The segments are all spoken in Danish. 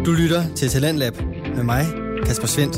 Du lytter til Talentlab med mig, Kasper Svendt.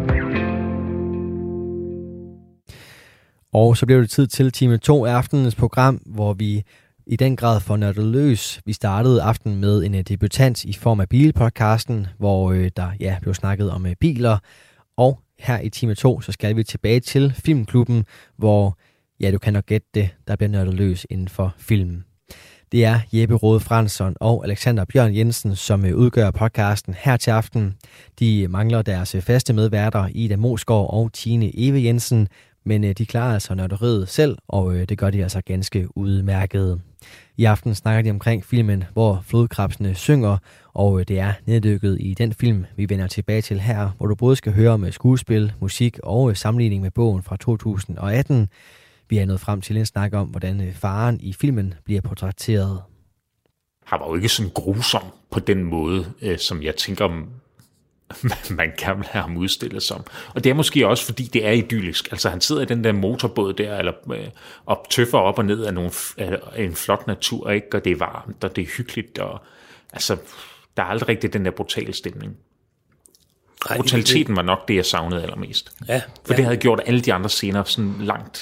Og så bliver det tid til time 2 af aftenens program, hvor vi i den grad får nørdet løs. Vi startede aftenen med en debutant i form af Bilpodcasten, hvor der blev snakket om biler. Og her i time 2, så skal vi tilbage til Filmklubben, hvor du kan nok gætte det, der bliver nørdet løs inden for filmen. Det er Jeppe Rode Fransson og Alexander Bjørn Jensen, som udgør podcasten her til aften. De mangler deres faste medværter Ida Mosgaard og Tine Eve Jensen, men de klarer altså nørderiet selv, og det gør de altså ganske udmærket. I aften snakker de omkring filmen, hvor flodkrebsene synger, og det er neddykket i den film, vi vender tilbage til her, hvor du både skal høre om skuespil, musik og sammenligning med bogen fra 2018. Vi er nået frem til en snak om, hvordan faren i filmen bliver portrætteret. Han var jo ikke sådan grusom på den måde, som jeg tænker, man kan have ham udstillet som. Og det er måske også, fordi det er idyllisk. Altså han sidder i den der motorbåd der, eller og tøffer op og ned af en flot natur, ikke? Og det er varmt, og det er hyggeligt, og altså, der er aldrig rigtig den der brutale stemning. Brutaliteten var nok det, jeg savnede allermest. Ja, for det havde gjort alle de andre scener sådan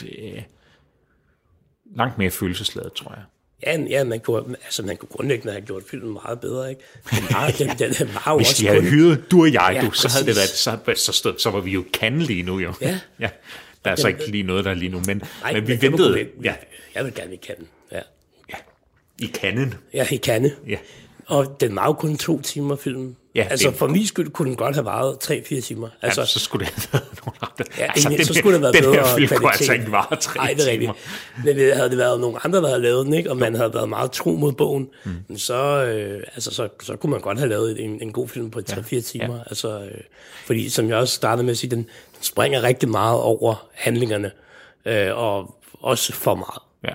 langt mere følelsesladet, tror jeg. Ja, man kunne grundlæggende have gjort filmen meget bedre, ikke? Den var jo hvis også de havde hyret du og jeg, så havde det været, så var vi jo kande lige nu, jo. Ja. Ja. Der er så ikke lige noget der lige nu, men vi ventede. Jeg vil gerne i Cannes, ja. I Cannes? Ja, i Cannes. Ja. Og den var jo kun 2 timer, filmen. Ja, altså for min skyld kunne den godt have varet 3-4 timer. Altså, ja, så skulle det have været nogle andre. Ja, altså, så skulle det have været bedre kvalitet. Den her film kunne altså ikke vare 3 timer. Men havde det været nogle andre, der havde lavet den, ikke? Og man havde været meget tro mod bogen, så kunne man godt have lavet en god film på 3-4 timer. Ja. Altså, fordi, som jeg også startede med at sige, den springer rigtig meget over handlingerne, og også for meget. Ja.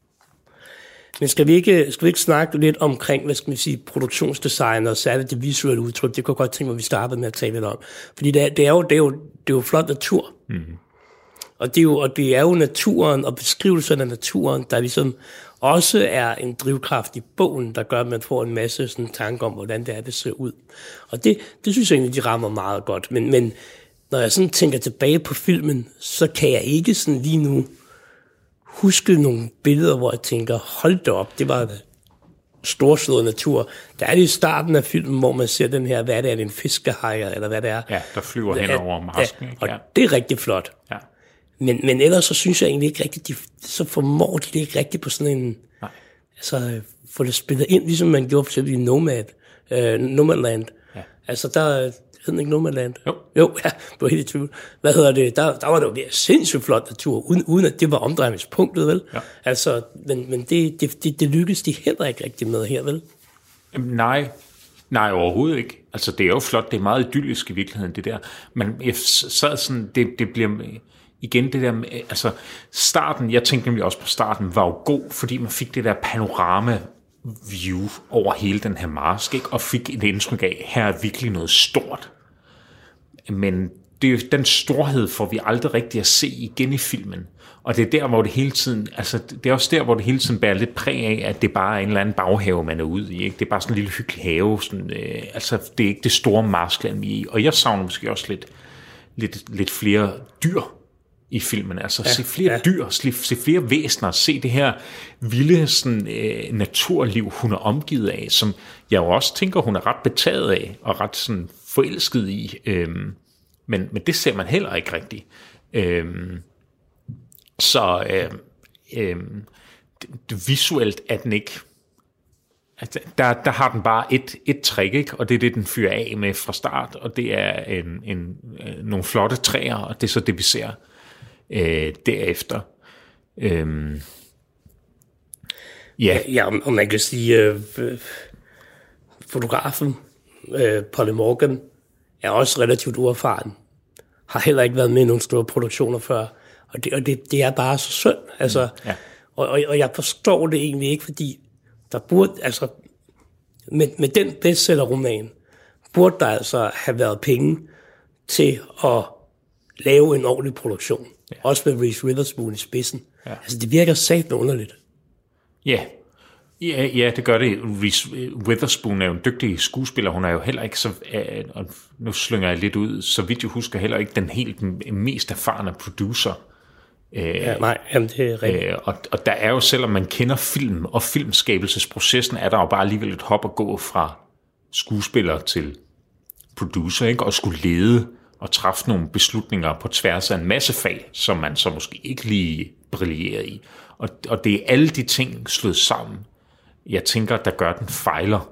Men skal vi ikke snakke lidt omkring, hvad skal man sige, produktionsdesign og særligt det visuelle udtryk? Det kunne jeg godt tænke mig, at vi startede med at tale lidt om. Fordi det er jo flot natur. Mm-hmm. Og det er jo naturen og beskrivelsen af naturen, der ligesom også er en drivkraft i bogen, der gør, at man får en masse sådan tanker om, hvordan det ser ud. Og det synes jeg egentlig, de rammer meget godt. Men når jeg sådan tænker tilbage på filmen, så kan jeg ikke sådan lige nu huske nogle billeder, hvor jeg tænker, hold da op, det var storslået natur. Der er det i starten af filmen, hvor man ser den her, hvad er det, en fiskehaj, eller hvad det er. Ja, der flyver hen over marsken. Ja, og det er rigtig flot. Ja. Men ellers så synes jeg egentlig ikke rigtigt, så formår de det ikke rigtigt på sådan en, altså få det spillet ind, ligesom man gjorde for eksempel i Nomadland. Ja. Altså der hed den ikke Nomadland? Jo, ja, det var helt i tvivl. Hvad hedder det? Der var det jo sindssygt flot natur, uden at det var omdrejningspunktet, vel? Ja. Altså, men det lykkedes de heller ikke rigtig med her, vel? Nej, overhovedet ikke. Altså, det er jo flot, det er meget idyllisk i virkeligheden, det der. Men jeg sad sådan, det bliver igen det der med, altså, starten, jeg tænkte nemlig også på starten, var jo god, fordi man fik det der panorama view over hele den her marsk, ikke? Og fik et indtryk af, her er virkelig noget stort. Men den storhed får vi aldrig rigtig at se igen i filmen. Og det er der, hvor det hele tiden, altså det er også der, hvor det hele tiden bærer lidt præg af, at det bare er en eller anden baghave, man er ude i, ikke? Det er bare sådan en lille hyggelig have, sådan, altså det er ikke det store marskland, vi er i. Og jeg savner måske også lidt flere dyr i filmen, altså se flere dyr, se flere væsener, se det her vilde sådan, naturliv, hun er omgivet af, som jeg jo også tænker, hun er ret betaget af, og ret sådan forelsket i, men det ser man heller ikke rigtigt. Visuelt er den ikke, altså, der har den bare et trick, ikke? Og det er det, den fyrer af med fra start, og det er nogle flotte træer, og det er så det, vi ser derefter. Ja, og man kan sige, fotografen Polly Morgan er også relativt uerfaren. Har heller ikke været med i nogle store produktioner før. Og det er bare så synd. Altså, og jeg forstår det egentlig ikke, fordi der burde, altså, med den bestsellerroman, burde der altså have været penge til at lave en ordentlig produktion. Ja. Også med Reese Witherspoon i spidsen. Ja. Altså, det virker satme underligt. Ja. Ja, det gør det. Reese Witherspoon er jo en dygtig skuespiller. Hun er jo heller ikke så... Og nu slynger jeg lidt ud, så vidt jeg husker, heller ikke den helt mest erfarne producer. Nej, jamen det er rigtigt. Og der er jo, selvom man kender film og filmskabelsesprocessen, er der jo bare alligevel et hop at gå fra skuespiller til producer, ikke? Og skulle lede og træffe nogle beslutninger på tværs af en masse fag, som man så måske ikke lige brillerer i. Og det er alle de ting slået sammen, jeg tænker, der gør, den fejler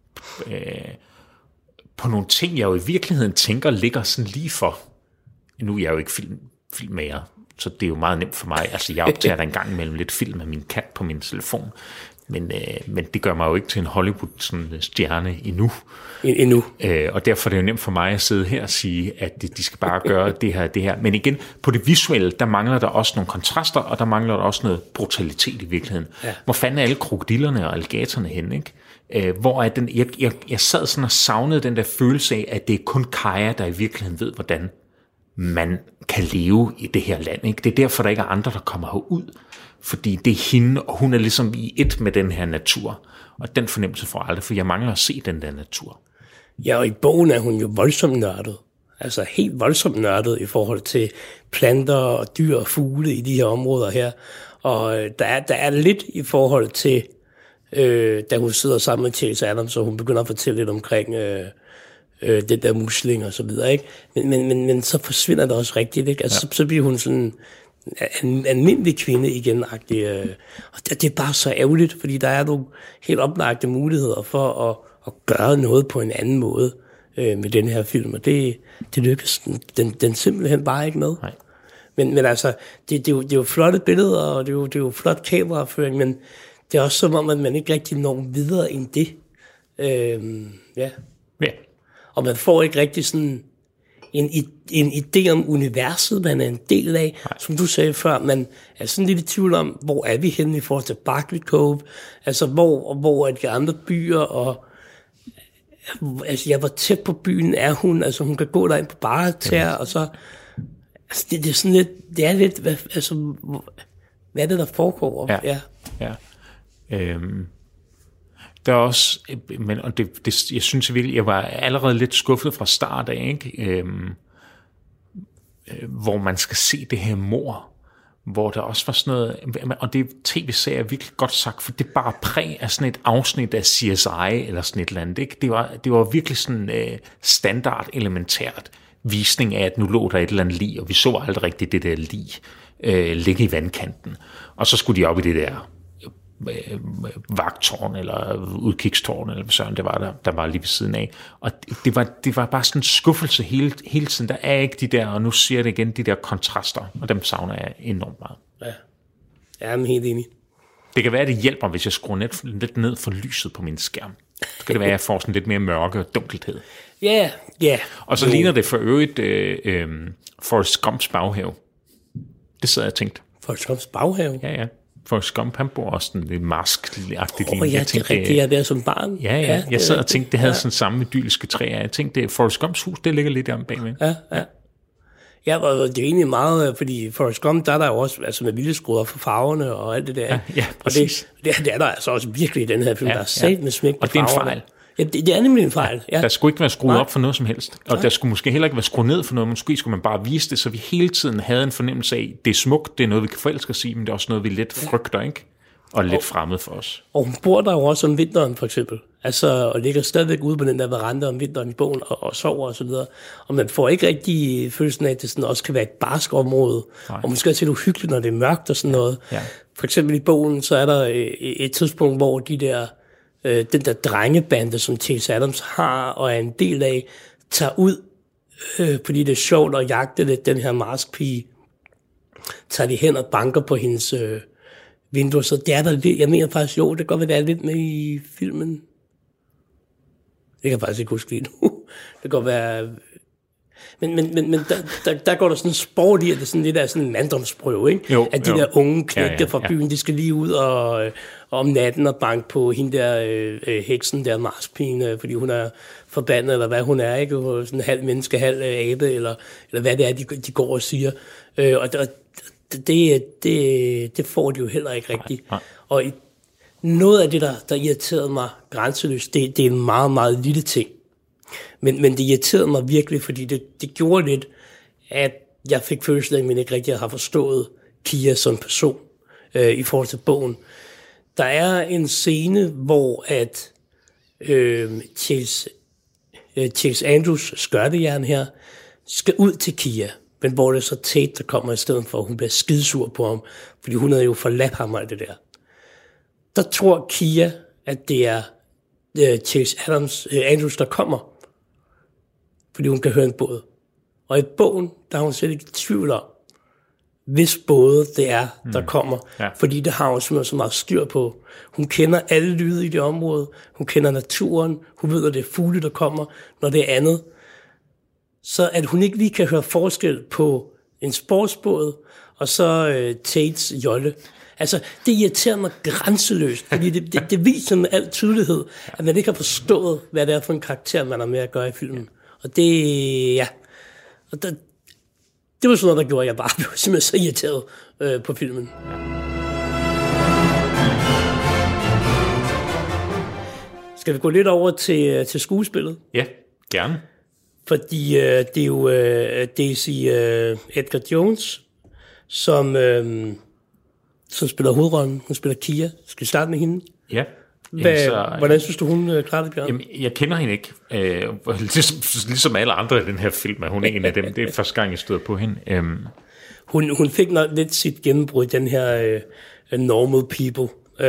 på nogle ting, jeg jo i virkeligheden tænker, ligger sådan lige for. Nu er jeg jo ikke filmmager, så det er jo meget nemt for mig. Altså, jeg optager der en gang imellem lidt film af min kat på min telefon, men det gør mig jo ikke til en Hollywood-stjerne endnu. Og derfor er det jo nemt for mig at sidde her og sige, at de skal bare gøre det her. Men igen, på det visuelle, der mangler der også nogle kontraster, og der mangler der også noget brutalitet i virkeligheden. Ja. Hvor fanden er alle krokodillerne og alligatorerne henne, ikke? Hvor er den? Jeg sad sådan og savnede den der følelse af, at det er kun Kaja, der i virkeligheden ved, hvordan man kan leve i det her land, ikke? Det er derfor, der ikke er andre, der kommer herud. Fordi det er hende, og hun er ligesom i et med den her natur. Og den fornemmelse får jeg aldrig, for jeg mangler at se den der natur. Ja, og i bogen er hun jo voldsomt nørdet. Altså helt voldsomt nørdet i forhold til planter og dyr og fugle i de her områder her. Og der er lidt i forhold til, da hun sidder sammen med Chase Adams, og hun begynder at fortælle lidt omkring det der musling og så videre, ikke? Men så forsvinder det også rigtigt, ikke? Altså, så bliver hun sådan en almindelig kvinde igen-agtig. Og det er bare så ærgerligt, fordi der er nogle helt oplagte muligheder for at gøre noget på en anden måde med den her film, og det lykkes den simpelthen bare ikke med. Nej. Men altså, det er jo flotte billeder, og det er jo flot kameraføring, men det er også som om, at man ikke rigtig når videre end det. Ja. Og man får ikke rigtig sådan en idé om universet, man er en del af. Nej. Som du sagde før, man er sådan lidt i tvivl om, hvor er vi henne i forhold til Barclay Cove, altså hvor er de andre byer, og altså jeg var tæt på byen, er hun, altså hun kan gå derind på bare tær, og så altså det er sådan lidt, det er lidt, hvad er det, der foregår? Ja. Der er også, men og det, jeg synes virkelig, jeg var allerede lidt skuffet fra start af, ikke? Hvor man skal se det her mord, hvor der også var sådan noget, og det tv-serie er virkelig godt sagt, for det er bare præg af sådan et afsnit af CSI eller sådan et eller andet, ikke? Det var virkelig sådan standard elementært visning af, at nu lå der et eller andet lig, og vi så aldrig rigtigt det der lig ligge i vandkanten, og så skulle de op i det der vagttårn eller udkigstårn eller hvad søren det var der var lige ved siden af, og det var bare sådan en skuffelse hele tiden. Der er ikke de der, og nu siger jeg det igen, de der kontraster, og dem savner jeg enormt meget. Ja, jeg er helt enig. Det kan være, at det hjælper, hvis jeg skruer lidt ned for lyset på min skærm. Så kan det være, at jeg får sådan lidt mere mørke og dunkelhed. Ja. Og så ligner det for øvrigt Forrest Gumps baghave. Det sad jeg og tænkte. Forrest Gumps baghave? Ja. Forrest Gump, han bor også sådan lidt mask-agtigt. Ja, det er rigtigt, jeg er som barn. Ja. Jeg sad og tænkte, det havde sådan samme idylliske træer. Jeg tænkte, Forrest Gumps hus, det ligger lidt om bagved. Ja. Ja, og det er egentlig meget, fordi Forrest Gump, der er der jo også altså med vilje skruet for farverne og alt det der. Ja, præcis. Og det er der altså også virkelig i den her film, der er sat med smæk på farverne. Og det er en fejl. Ja, det er nemlig en fejl. Ja. Der skulle ikke være skruet op for noget som helst. Og der skulle måske heller ikke være skruet ned for noget. Måske skulle man bare vise det, så vi hele tiden havde en fornemmelse af, det er smukt, det er noget, vi kan forelske os i, men det er også noget, vi lidt frygter, ikke? Og lidt fremmed for os. Og hun bor der jo også om vinteren, for eksempel. Altså, og ligger stadigvæk ude på den der veranda om vinteren i bogen, og sover og så videre. Og man får ikke rigtig følelsen af, at det sådan også kan være et barsk område. Nej. Og måske er det uhyggeligt, når det er mørkt og sådan noget. Ja. For eksempel i bogen, så er der et tidspunkt, hvor den der drengebande, som Chase Adams har og er en del af, tager ud, fordi det er sjovt at jagte lidt den her maskpige. Tager de hen og banker på hendes vinduer, så det er der lidt, jeg mener faktisk, jo, det kan godt være, det er lidt med i filmen. Det kan jeg faktisk ikke huske lige nu. Det kan godt være... Men der går der sådan en sport i, at det sådan lidt er sådan en manddomsprøve, ikke? Jo, at de der unge knægte fra byen, de skal lige ud og om natten og banke på hende der heksen der, Marspigen, fordi hun er forbandet, eller hvad hun er, ikke? Sådan halv menneske, halv abe, eller hvad det er, de går og siger. Og det får de jo heller ikke rigtigt. Og noget af det, der irriterede mig grænseløst, det er en meget, meget lille ting. Men det irriterede mig virkelig, fordi det gjorde lidt, at jeg fik følelsen af, at jeg ikke rigtig har forstået Kia som person i forhold til bogen. Der er en scene, hvor at Chase Andrews skørtejern her skal ud til Kia, men hvor det er så Tate, der kommer i stedet for, hun bliver skidesur på ham, fordi hun havde jo forladt ham og alt det der. Der tror Kia, at det er Chase Andrews, der kommer, fordi hun kan høre en båd. Og i bogen, der har hun slet ikke tvivl om, hvis både det er, der kommer. Ja. Fordi det har hun simpelthen så meget styr på. Hun kender alle lyde i det område. Hun kender naturen. Hun ved, at det er fugle, der kommer, når det er andet. Så at hun ikke lige kan høre forskel på en sportsbåd, og så Tates jolle. Altså, det irriterer mig grænseløst, fordi det viser med al tydelighed, at man ikke har forstået, hvad det er for en karakter, man har med at gøre i filmen. Og det, ja... Og det var sådan noget, der gjorde, at jeg bare blev simpelthen så irriteret på filmen. Skal vi gå lidt over til skuespillet? Ja, gerne. Fordi det er jo Daisy Edgar Jones, som spiller hovedrollen. Hun spiller Kia. Skal vi starte med hende? Ja. Hvordan synes du, hun klarer det, Bjørn? Jamen, jeg kender hende ikke. Ligesom alle andre i den her film, er hun en af dem. Det er første gang, jeg støder på hende. Hun fik nok lidt sit gennembrud i den her Normal People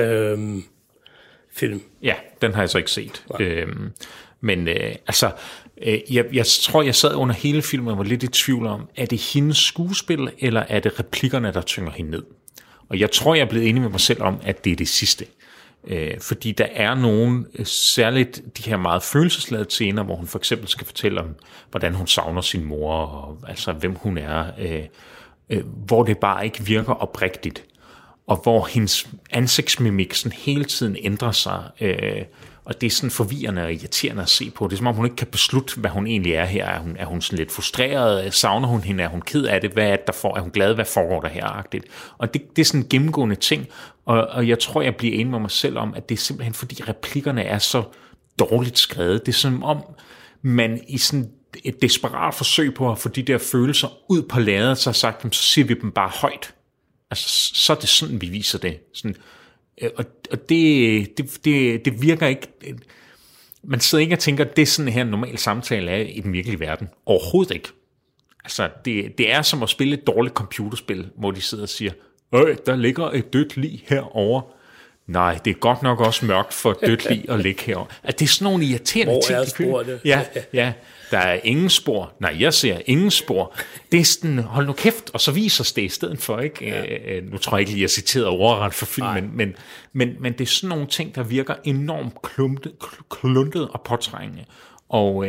film. Ja, den har jeg så ikke set. Men jeg tror, jeg sad under hele filmen og var lidt i tvivl om, er det hendes skuespil, eller er det replikkerne, der tynger hende ned? Og jeg tror, jeg er blevet enig med mig selv om, at det er det sidste. Fordi der er nogle, særligt de her meget følelsesladede scener, hvor hun for eksempel skal fortælle om, hvordan hun savner sin mor, og altså hvem hun er, hvor det bare ikke virker oprigtigt, og hvor hendes ansigtsmimik sådan hele tiden ændrer sig, og det er sådan forvirrende og irriterende at se på. Det er som om hun ikke kan beslutte, hvad hun egentlig er her. Er hun sådan lidt frustreret? Savner hun hende? Er hun ked af det? Hvad er det, der får? Er hun glad? Hvad foregår der her? Og det er sådan en gennemgående ting, og jeg tror, jeg bliver enig med mig selv om, at det er simpelthen fordi replikkerne er så dårligt skrevet. Det er som om man i sådan et desperat forsøg på at få de der følelser ud på lærredet, så har sagt, så siger vi dem bare højt. Altså, så er det sådan, vi viser det. Sådan, og det virker ikke... Man sidder ikke og tænker, at det er sådan her en normal samtale er i den virkelige verden. Overhovedet ikke. Altså, det er som at spille et dårligt computerspil, hvor de sidder og siger, der ligger et dødt lig herovre. Nej, det er godt nok også mørkt for et dødt lig at ligge herovre. At det er sådan nogle irriterende ting. Hvor er sporene? Ja. Der er ingen spor. Nej, jeg ser ingen spor. Det er sådan, hold nu kæft, og så viser det i stedet for, ikke? Ja. Nu tror jeg ikke lige, jeg citerede ordret for filmen, men det er sådan nogle ting, der virker enormt kluntet og påtrængende. Og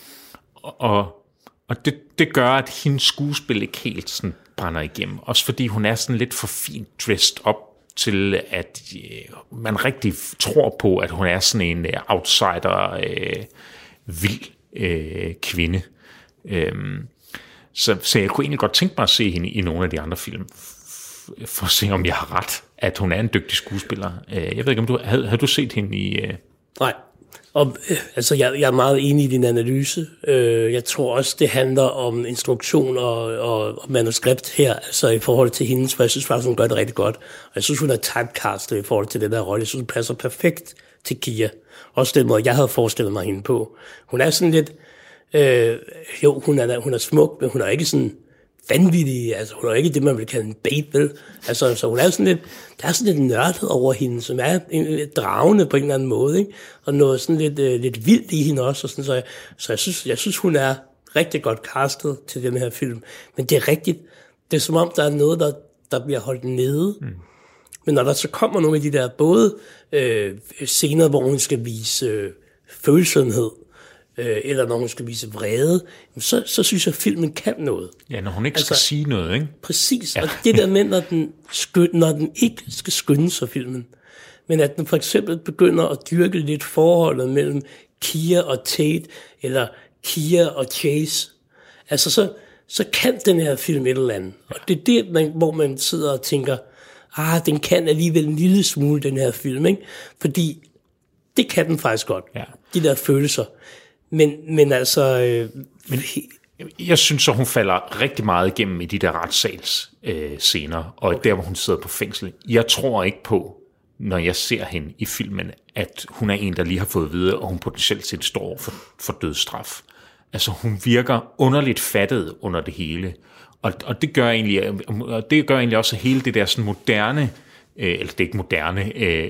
det gør, at hendes skuespil ikke helt sådan brænder igennem. Også fordi hun er sådan lidt for fint dressed op til, at man rigtig tror på, at hun er sådan en outsider, vild kvinde. Så jeg kunne egentlig godt tænke mig at se hende i nogle af de andre film, for at se, om jeg har ret, at hun er en dygtig skuespiller. Jeg ved ikke, om havde du set hende i... Nej, og altså jeg er meget enig i din analyse. Jeg tror også, det handler om instruktion og manuskript her, altså i forhold til hendes, for jeg synes faktisk, hun gør det rigtig godt. Og jeg synes, hun er typecastet i forhold til den der rolle. Jeg synes, hun passer perfekt til Kia. Også den måde, jeg havde forestillet mig hende på. Hun er sådan lidt... hun er smuk, men hun er ikke sådan vanvittig. Altså, hun er ikke det, man vil kalde en bait, vel? Altså, så hun er sådan lidt... Der er sådan lidt nørdet over hende, som er lidt dragende på en eller anden måde, ikke? Og noget sådan lidt vildt i hende også. Og sådan, så jeg synes, hun er rigtig godt castet til den her film. Men det er rigtigt. Det er som om, der er noget, der bliver holdt nede. Mm. Men når der så kommer nogle af de der både scener, hvor hun skal vise følsomhed, eller når hun skal vise vrede, så synes jeg, at filmen kan noget. Ja, når hun ikke skal sige noget, ikke? Præcis, ja. Og det der med, når den ikke skal skynde sig filmen, men at den for eksempel begynder at dyrke lidt forholdet mellem Kia og Tate, eller Kia og Chase, altså så kan den her film et eller andet. Og det er det, hvor man sidder og tænker, den kan alligevel en lille smule, den her film, ikke? Fordi det kan den faktisk godt, de der følelser. Men altså... Jeg synes, at hun falder rigtig meget igennem i de der retssals-scener, og der, hvor hun sidder på fængsel. Jeg tror ikke på, når jeg ser hende i filmen, at hun er en, der lige har fået at vide, og hun potentielt set står for dødsstraf. Altså, hun virker underligt fattet under det hele. Og det gør egentlig også hele det der sådan moderne, eller det er ikke moderne,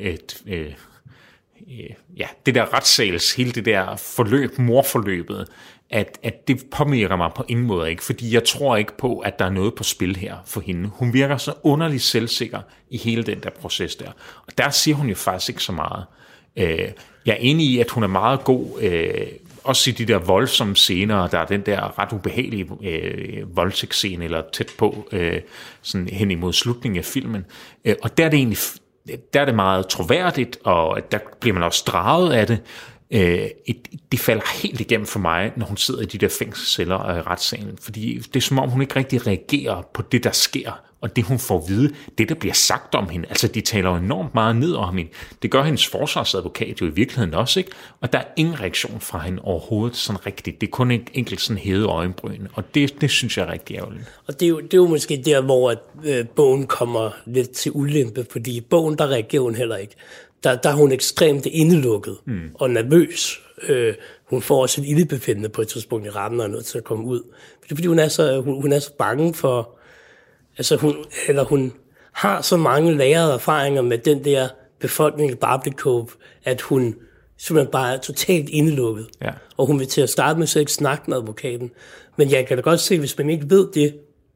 det der retssals, hele det der forløb, morforløbet, at det påvirker mig på ingen måde ikke, fordi jeg tror ikke på, at der er noget på spil her for hende. Hun virker så underligt selvsikker i hele den der proces der. Og der siger hun jo faktisk ikke så meget. Jeg er enig i, at hun er meget god, også i de der voldsomme scener, der er den der ret ubehagelige voldtægtsscene, eller tæt på, sådan hen imod slutningen af filmen. Og der er det egentlig der er det meget troværdigt, og der bliver man også draget af det. Det falder helt igennem for mig, når hun sidder i de der fængselsceller og i retssalen, fordi det er som om, hun ikke rigtig reagerer på det, der sker, og det, hun får at vide, det, der bliver sagt om hende. Altså, de taler jo enormt meget ned om hende. Det gør hendes forsvarsadvokat jo i virkeligheden også, ikke? Og der er ingen reaktion fra hende overhovedet sådan rigtigt. Det er kun en enkelt sådan hævet øjenbryn, og det synes jeg er rigtig ærgerligt. Og det er jo måske der, hvor bogen kommer lidt til ulempe, fordi i bogen, der reagerer hun heller ikke. Der er hun ekstremt indelukket og nervøs. Hun får også et ildebefindende på et tidspunkt i retten og er nødt til at komme ud. Fordi hun er så bange for... Altså hun har så mange lagrede erfaringer med den der befolkning i Barclay Cove, at hun simpelthen bare er totalt indelukket. Ja. Og hun vil til at starte med så ikke snakke med advokaten. Men jeg kan da godt se, hvis man ikke ved det,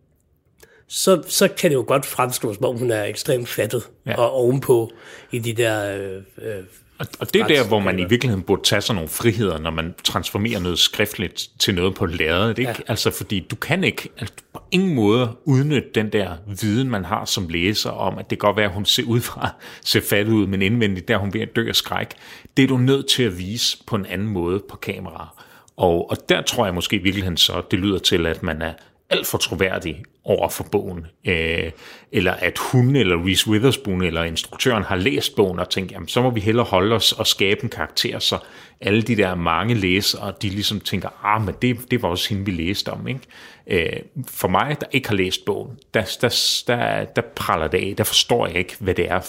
så kan det jo godt fremstå, som om hun er ekstremt fattet og ovenpå i de der... Og det er der, hvor man i virkeligheden burde tage sig nogle friheder, når man transformerer noget skriftligt til noget på lærredet, ikke? Ja. Altså, fordi du kan ikke på ingen måde udnytte den der viden, man har som læser om, at det kan godt være, at hun ser fattet ud, men indvendigt, der hun ved at dø af skræk. Det er du nødt til at vise på en anden måde på kamera. Og der tror jeg måske i virkeligheden så, det lyder til, at man er alt for troværdig over for bogen, eller at hun eller Reese Witherspoon eller instruktøren har læst bogen og tænkt, jamen så må vi hellere holde os og skabe en karakter, så alle de der mange læsere, de ligesom tænker, men det var også hende, vi læste om, ikke? For mig, der ikke har læst bogen, der praller det af, der forstår jeg ikke, hvad det er,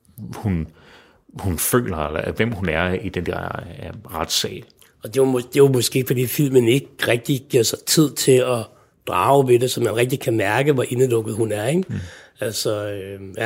hun føler, eller hvem hun er i den der retssal. Og det er jo måske, fordi filmen ikke rigtig giver sig tid til at drage ved det, så man rigtig kan mærke, hvor indelukket hun er, ikke? Altså,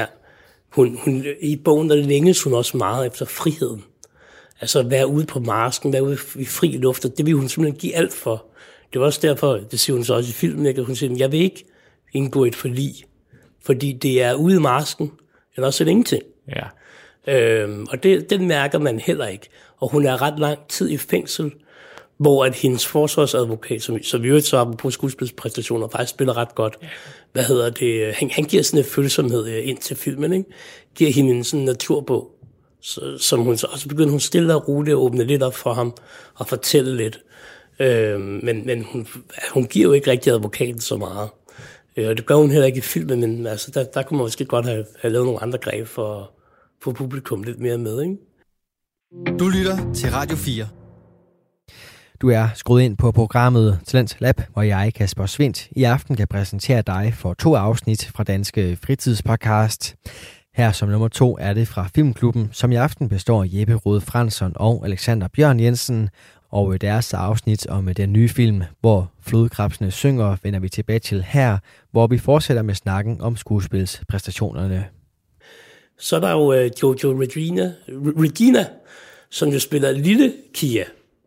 hun i bogen, der længes hun også meget efter friheden. Altså, være ude på marsken, være ude i fri luft, og det vil hun simpelthen give alt for. Det var også derfor, det siger hun så også i filmen, ikke? At hun siger, jeg vil ikke indgå et forlig, fordi det er ude i marsken, eller også er det ingenting. Ja. Og den mærker man heller ikke. Og hun er ret lang tid i fængsel, hvor at hendes forsvarsadvokat, som jo så på skuespilspræstationer, faktisk spiller ret godt. Han giver sådan en følsomhed ind til filmen, ikke? Giver hende en sådan naturbog, som hun så begynder hun stille og roligt at åbne lidt op for ham og fortælle lidt. Men hun giver jo ikke rigtig advokaten så meget. Og det gør hun heller ikke i filmen, men altså, der kunne man måske godt have lavet nogle andre greb for at få publikum lidt mere med, ikke? Du lytter til Radio 4. Du er skruet ind på programmet Talent Lab, hvor jeg, Kasper Svindt, i aften kan præsentere dig for 2 afsnit fra Danske Fritidspodcast. Her som nummer 2 er det fra Filmklubben, som i aften består af Jeppe Rode Fransson og Alexander Bjørn Jensen. Og deres afsnit om den nye film, hvor flodkrebsene synger, vender vi tilbage til her, hvor vi fortsætter med snakken om skuespilspræstationerne. Så er der jo Jojo Regina, som jo spiller lille Kia.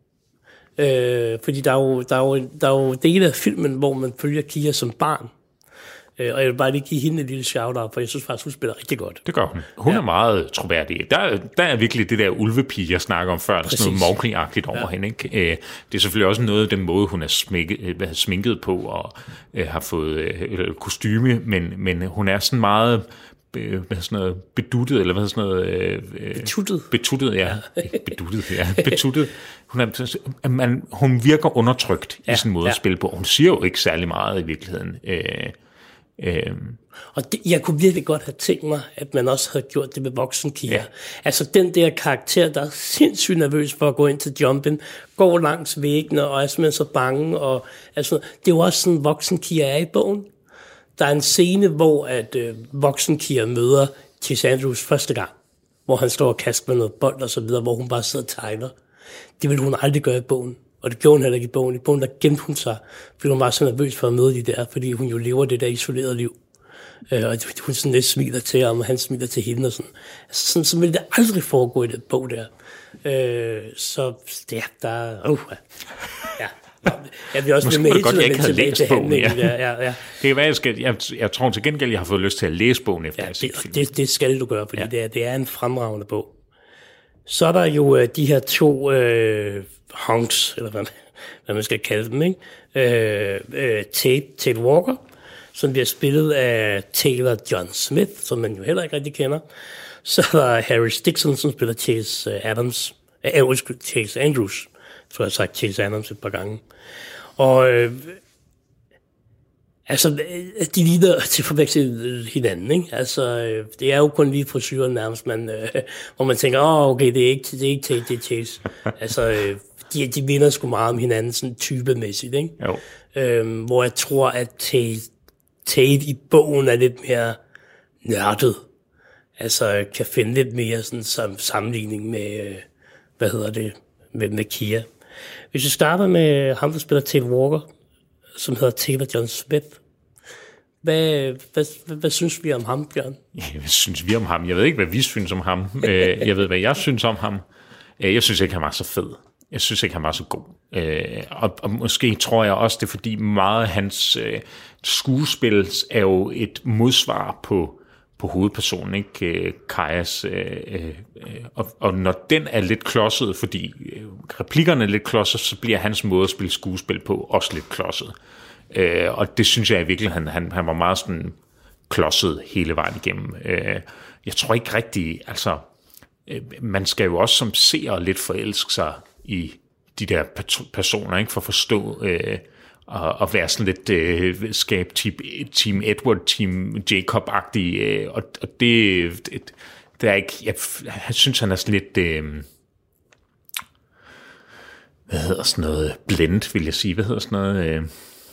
Fordi der er jo dele af filmen, hvor man følger Kia som barn. Og jeg vil bare lige give hende et lille shout-out, for jeg synes faktisk, hun spiller rigtig godt. Det gør hun. Hun er meget troværdig. Der er virkelig det der ulvepige, jeg snakker om før, der er sådan noget Mowgli-agtigt over hende. Ikke? Det er selvfølgelig også noget af den måde, hun er sminket på og har fået kostyme, men hun er sådan meget... beduttet, eller hvad sådan noget... Betuttet, ja. Beduttet, ja. Betuttet. Hun virker undertrykt i sin måde at spille på. Hun siger jo ikke særlig meget i virkeligheden. Og jeg kunne virkelig godt have tænkt mig, at man også havde gjort det med voksenkiger. Ja. Altså den der karakter, der er sindssygt nervøs for at gå ind til jumpen, går langs væggene og er simpelthen så bange. Og, altså, det er jo også sådan, voksenkiger er i bogen. Der er en scene, hvor at voksenkiger møder Chase Andrews første gang, hvor han står og kaster med noget bold og så videre, hvor hun bare sidder og tegner. Det ville hun aldrig gøre i bogen. Og det gjorde hun heller ikke i bogen. I bogen der gemte hun sig, fordi hun var så nervøs for at møde de der, fordi hun jo lever det der isolerede liv. Og hun sådan lidt smiler til ham, og han smiler til hende. Og sådan. Altså, så ville det aldrig foregå i den bog der. Så ja, der... ja. Jeg vil også måske med godt, jeg ikke havde læst bogen. Ja. Det kan være, jeg tror til gengæld, jeg har fået lyst til at læse bogen efter at det skal du gøre, fordi det er en fremragende bog. Så er der jo de her to hunks, eller hvad man skal kalde dem, ikke? Tate Walker, som bliver spillet af Taylor John Smith, som man jo heller ikke rigtig kender. Så er der Harris Dixon, som spiller Chase Andrews. Så har jeg sagt Chase Adams et par gange. Og altså, de ligner til forveksel hinanden, ikke? Altså, det er jo kun lige frisyren nærmest, hvor man tænker, okay, det er ikke Tate, det er Chase. Altså, de minder sgu meget om hinanden, sådan typemæssigt, ikke? Jo. Hvor jeg tror, at Tate i bogen er lidt mere nørdet. Altså, kan finde lidt mere sådan som sammenligning med, med Kia. Hvis vi starter med ham, der spiller Tate Walker, som hedder Taylor John Smith. Hvad synes vi om ham, Bjørn? Ja, hvad synes vi om ham? Jeg ved ikke, hvad vi synes om ham. Jeg ved, hvad jeg synes om ham. Jeg synes ikke, han var så fed. Jeg synes ikke, han var så god. Og måske tror jeg også, det er fordi meget af hans skuespil er jo et modsvar på hovedpersonen, ikke? Kajas. Og når den er lidt klodset, fordi replikkerne er lidt klodset, så bliver hans måde at spille skuespil på også lidt klodset. Og det synes jeg i virkeligheden, han var meget sådan klodset hele vejen igennem. Jeg tror ikke rigtigt, altså man skal jo også som seer lidt forelske sig i de der personer, ikke? For at forstå og være sådan lidt skabe Team Edward, Team Jacob-agtig, og det er ikke, jeg synes han er sådan lidt hvad hedder sådan noget blend, vil jeg sige, hvad hedder sådan noget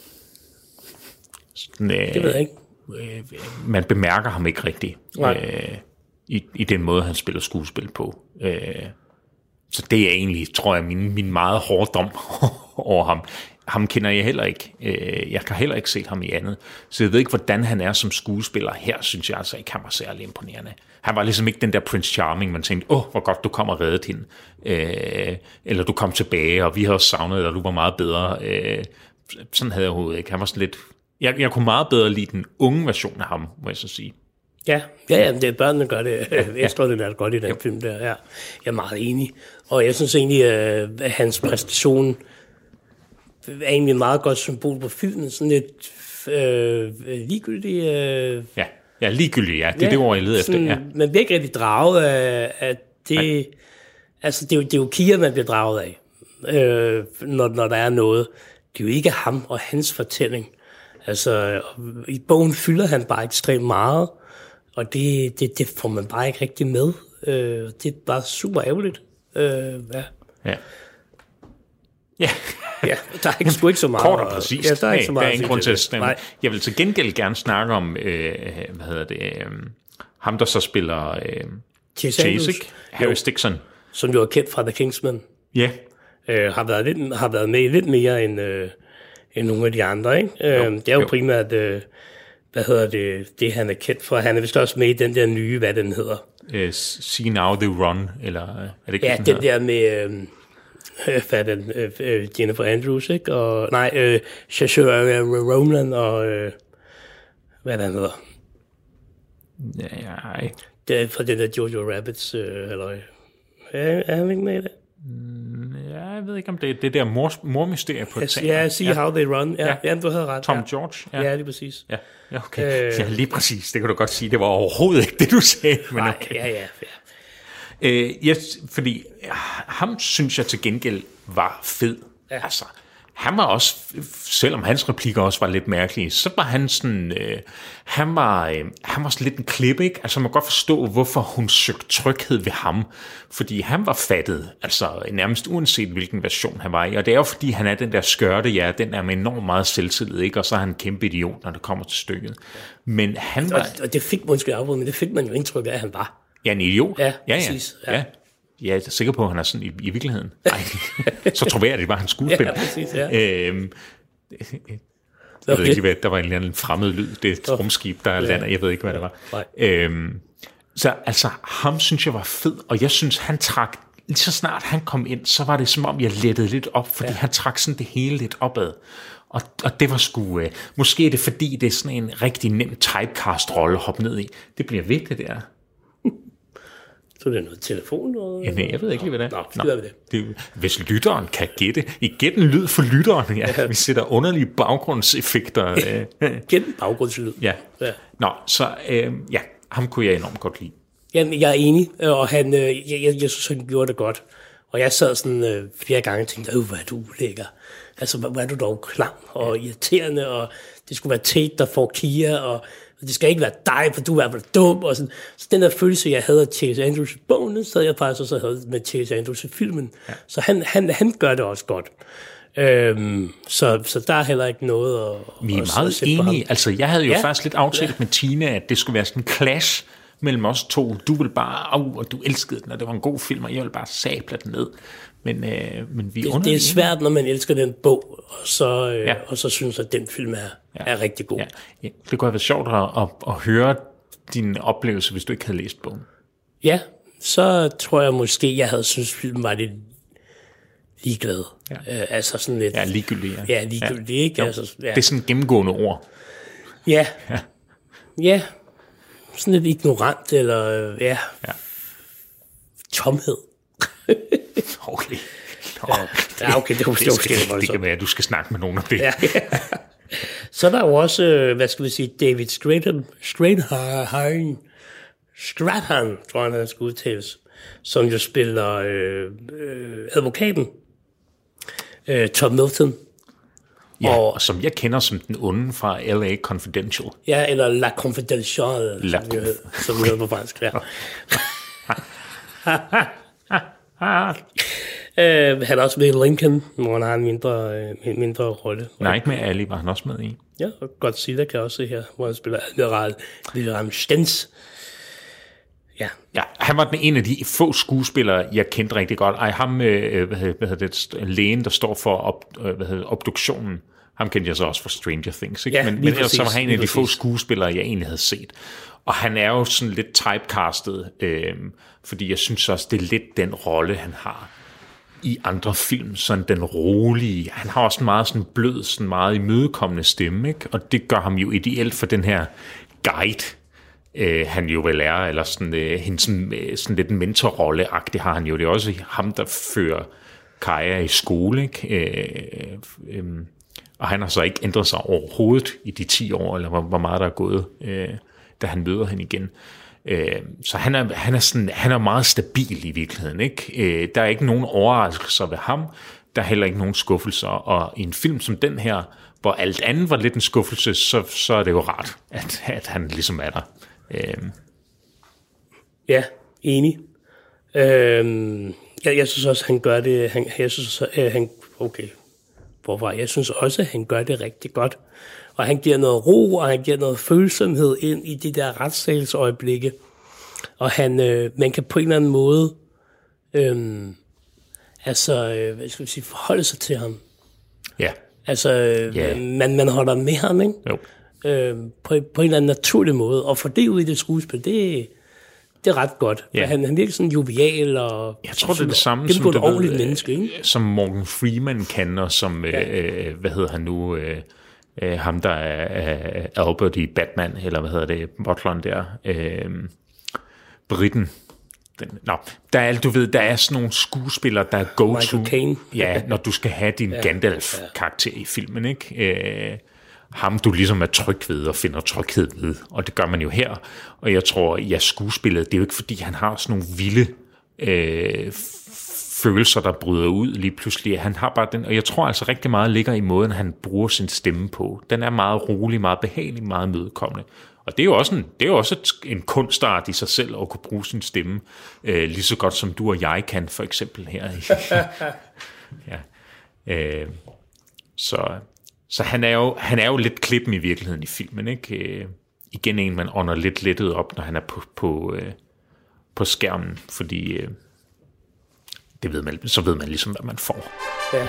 det ved jeg ikke. Man bemærker ham ikke rigtigt i den måde han spiller skuespil på. Så det er egentlig, tror jeg, min meget hårde dom over ham. Ham kender jeg heller ikke. Jeg kan heller ikke se ham i andet. Så jeg ved ikke, hvordan han er som skuespiller. Her synes jeg altså ikke, han var særlig imponerende. Han var ligesom ikke den der Prince Charming, man tænkte, hvor godt du kom og reddede hende. Eller du kom tilbage, og vi har også savnet dig, og du var meget bedre. Sådan havde jeg overhovedet ikke. Han var sådan lidt... Jeg kunne meget bedre lide den unge version af ham, må jeg så sige. Ja, det er børnene, der gør det. Jeg tror, det er godt i den film der. Ja. Jeg er meget enig. Og jeg synes egentlig, at hans præstation er egentlig et meget godt symbol på filmen. Sådan lidt ligegyldig. Ja, ligegyldig, ja. Det er det ord, jeg leder efter. Ja. Man bliver ikke rigtig draget af det. Altså, det er jo Kia, man bliver draget af, når der er noget. Det er jo ikke ham og hans fortælling. Altså, i bogen fylder han bare ekstremt meget, og det får man bare ikke rigtig med. Det er bare super ærgerligt. Ja, der er sgu ikke så meget. Kort og præcist. Ja, der er ikke så meget. Der er ingen grund til at stemme. Jeg vil til gengæld gerne snakke om, ham der så spiller Chase, Harris Dixon. Som jo er kendt fra The Kingsman. Ja. Har været med lidt mere end nogle af de andre, ikke? Det er jo primært, det han er kendt for. Han er vist også med i den der nye, hvad den hedder. See Now They Run, eller er det ikke den der med... Jennifer Andrews, ikke? Og Saoirse Ronan og hvad den hedder. Nej. Det er fra den der Jojo Rabbits halløj. Er han ikke med i det? Ja, jeg ved ikke om det er det der mormysterie på et teater. Ja, See How They Run. Ja, du havde ret. Tom George. Ja, lige præcis. Ja, okay. Ja, lige præcis. Det kan du godt sige. Det var overhovedet ikke det, du sagde. Men nej, okay. Ja. Fordi ham synes jeg til gengæld var fed. Ja. Altså, han var også, selvom hans replikker også var lidt mærkelige, så var han sådan, han var sådan lidt en klip, ikke? Altså man kan godt forstå, hvorfor hun søgte tryghed ved ham, fordi han var fattet, altså nærmest uanset hvilken version han var i, og det er jo fordi, han er den der skørte, ja, den er med enormt meget selvtillid, ikke? Og så er han en kæmpe idiot, når det kommer til stykket. Men han var... Og det fik måske afbrudt, men det fik man jo indtryk af, at han var. Ja, en idiot. Ja, præcis. Ja. Jeg er sikker på, at han er sådan i virkeligheden. Nej, så tror jeg, at det var hans skuespil. Ja, præcis, ja. Jeg ved ikke, hvad, der var en eller anden fremmed lyd. Det er et rumskib, der lander. Jeg ved ikke, hvad det var. Så altså, ham synes jeg var fed, og jeg synes, han trak, lige så snart han kom ind, så var det som om, jeg lettede lidt op, fordi han trak sådan det hele lidt opad. Og det var sgu... måske er det, fordi det er sådan en rigtig nem typecast-rolle at hoppe ned i. Det bliver vigtigt, det der. Så er det noget telefon? Eller? Ja, nej, jeg ved ikke lige, hvad det er. Nå, det. Hvis lytteren kan gætte. Gæt en lyd for lytteren. Ja. Vi sætter underlige baggrundseffekter. Gæt en baggrundslyd. Ja. Nå, så ham kunne jeg enormt godt lide. Jamen, jeg er enig, og han, jeg synes, han gjorde det godt. Og jeg sad sådan flere gange og tænkte, hvor er du ulækker. Altså, hvor er du dog klam og irriterende, og det skulle være Tate, der får Kia, og det skal ikke være dig, for du er vel dum, og sådan. Så den der følelse, jeg havde af Chase Andrews i bogen, så jeg faktisk også havde med Chase Andrews i filmen. Ja. Så han gør det også godt. Så der er heller ikke noget at... Vi er meget enige. Altså, jeg havde jo faktisk lidt aftalt med Tina, at det skulle være sådan en clash mellem os to. Du ville bare, og du elskede den, og det var en god film, og jeg ville bare sable den ned. Men vi det er svært, når man elsker den bog, og så synes at den film er rigtig god. Ja. Det kunne have været sjovt at høre din oplevelse, hvis du ikke havde læst bogen. Ja, så tror jeg måske, jeg havde synes filmen var lidt ligeglad. Ja. Altså sådan lidt... Ja, ligegyldig. Ja, ligegyldig, ikke? Altså, det er sådan et gennemgående ord. Ja. Sådan lidt ignorant, eller tomhed. Okay. Ja, okay, det kan være, at du skal snakke med nogen om det. Ja. Så er der jo også, hvad skal vi sige, David Strathairn, tror jeg, han skal udtales, som jo spiller advokaten, Tom Milton. Ja, og som jeg kender som den onde fra L.A. Confidential. Ja, eller La Confidential, som vi hedder på fransk. Ja. Han er også med i Lincoln, hvor han har en mindre rolle. Nightmare Alley var han også med i. Ja, og Godzilla kan jeg også se her, hvor han spiller Admiral Wilhelm Stenz. Ja, han var en af de få skuespillere, jeg kendte rigtig godt. Ham, lægen, der står for obduktionen, ham kendte jeg så også fra Stranger Things. Ikke? Ja, men ellers så var han en af de få skuespillere, jeg egentlig havde set. Og han er jo sådan lidt typecastet, fordi jeg synes også, det er lidt den rolle, han har i andre film, sådan den rolige. Han har også en meget sådan blød, sådan meget imødekommende stemme, ikke? Og det gør ham jo ideelt for den her guide, han jo vel er, eller sådan, sådan lidt en mentorrolle-agtig har han jo. Det er også ham, der fører Kaja i skole, ikke? Og han har så ikke ændret sig overhovedet i de 10 år, eller hvor meget der er gået, da han møder hende igen. Så han er meget stabil i virkeligheden, ikke? Der er ikke nogen overraskelser ved ham, der er heller ikke nogen skuffelser, og i en film som den her, hvor alt andet var lidt en skuffelse, så er det jo rart, at han ligesom er der. Ja, enig. Jeg synes også, han gør det. Jeg synes også, at han gør det rigtig godt. Og han giver noget ro, og han giver noget følsomhed ind i de der retssalsøjeblikke. Og man kan på en eller anden måde, hvad skal vi sige, forholde sig til ham. Ja. Man holder med ham, ikke? Jo. På en eller anden naturlig måde. Og få det ud i det skuespil, det er ret godt. Ja. Han virker sådan jovial og... Jeg tror, det er det samme som Morgan Freeman kan, og som, hvad hedder han nu, ham der er Albert i Batman, eller hvad hedder det, butleren der, Britten. Der er alt, du ved, der er sådan nogle skuespillere, der er go-to. Michael Caine. Ja, når du skal have din Gandalf-karakter i filmen, ikke? Ham du ligesom er tryg ved og finder tryghed ved, og det gør man jo her. Og jeg tror, skuespillet, det er jo ikke fordi, han har sådan nogle vilde følelser, der bryder ud lige pludselig. Han har bare den, og jeg tror altså rigtig meget ligger i måden, han bruger sin stemme på. Den er meget rolig, meget behagelig, meget mødekommende. Og det er jo også en kunstart i sig selv at kunne bruge sin stemme lige så godt som du og jeg kan, for eksempel her. Ja. Så han er jo lidt klippen i virkeligheden i filmen, ikke? Igen en, man ånder lidt lettet op, når han er på skærmen, fordi så ved man ligesom, hvad man får. Ja.